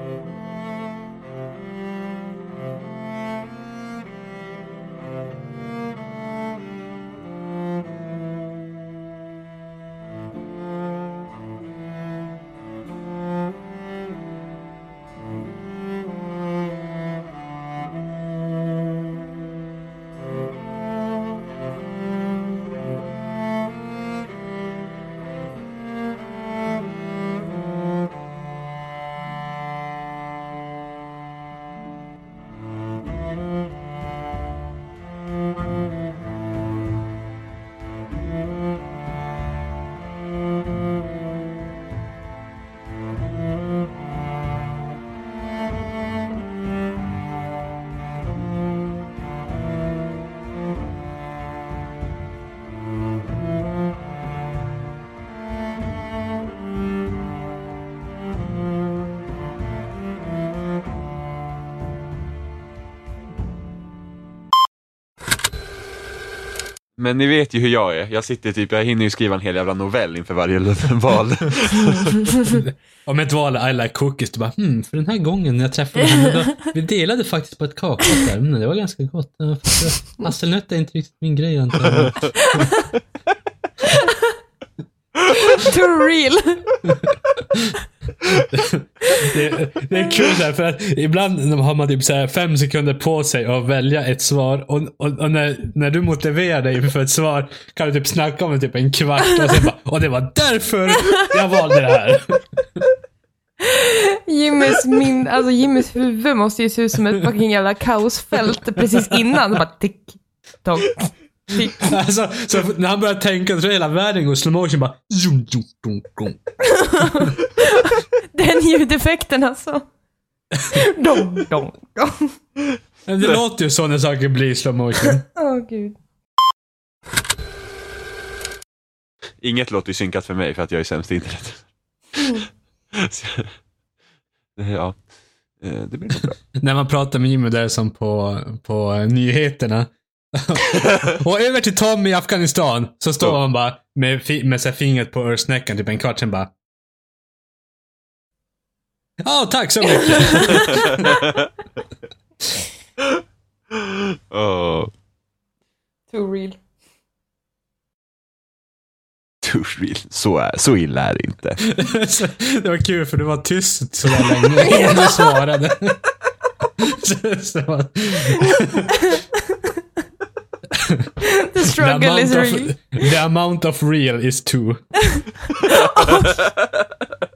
Men ni vet ju hur jag är. Jag hinner ju skriva en hel jävla novell inför varje val. Om ett val I like cookies, du bara, för den här gången när jag träffade henne, vi delade faktiskt på ett kakor där, men det var ganska gott. Hasselnötter är inte riktigt min grej, antagligen. Too real. Det är kul så här, för att ibland har man typ så här 5 sekunder på sig att välja ett svar och när du motiverar dig för ett svar kan du typ snacka om det typ en kvart och sen bara, och det var därför jag valde det här. Jimmys huvud måste ju se ut som ett fucking jävla kaosfält precis innan. Bara tick, tock, tick. Alltså, så när han börjar tänka så hela världen går slow motion bara zoom, zoom, zoom, zoom. Den ljudeffekten alltså. Dong, dong, dong. Det låter ju så när saker blir slow motion. Gud. Inget låter ju synkat för mig för att jag är sämst i internet. Ja, det blir nog bra. När man pratar med Jimmy där som på nyheterna. Och över till Tom i Afghanistan så står han bara med sig fingret på örsnäckan typ en kvart sen bara. Ja, tack så mycket. Too real. Too real. Så illa är det inte. Det var kul för du var tyst så där länge innan du svarade. The struggle is real. The amount of real is 2.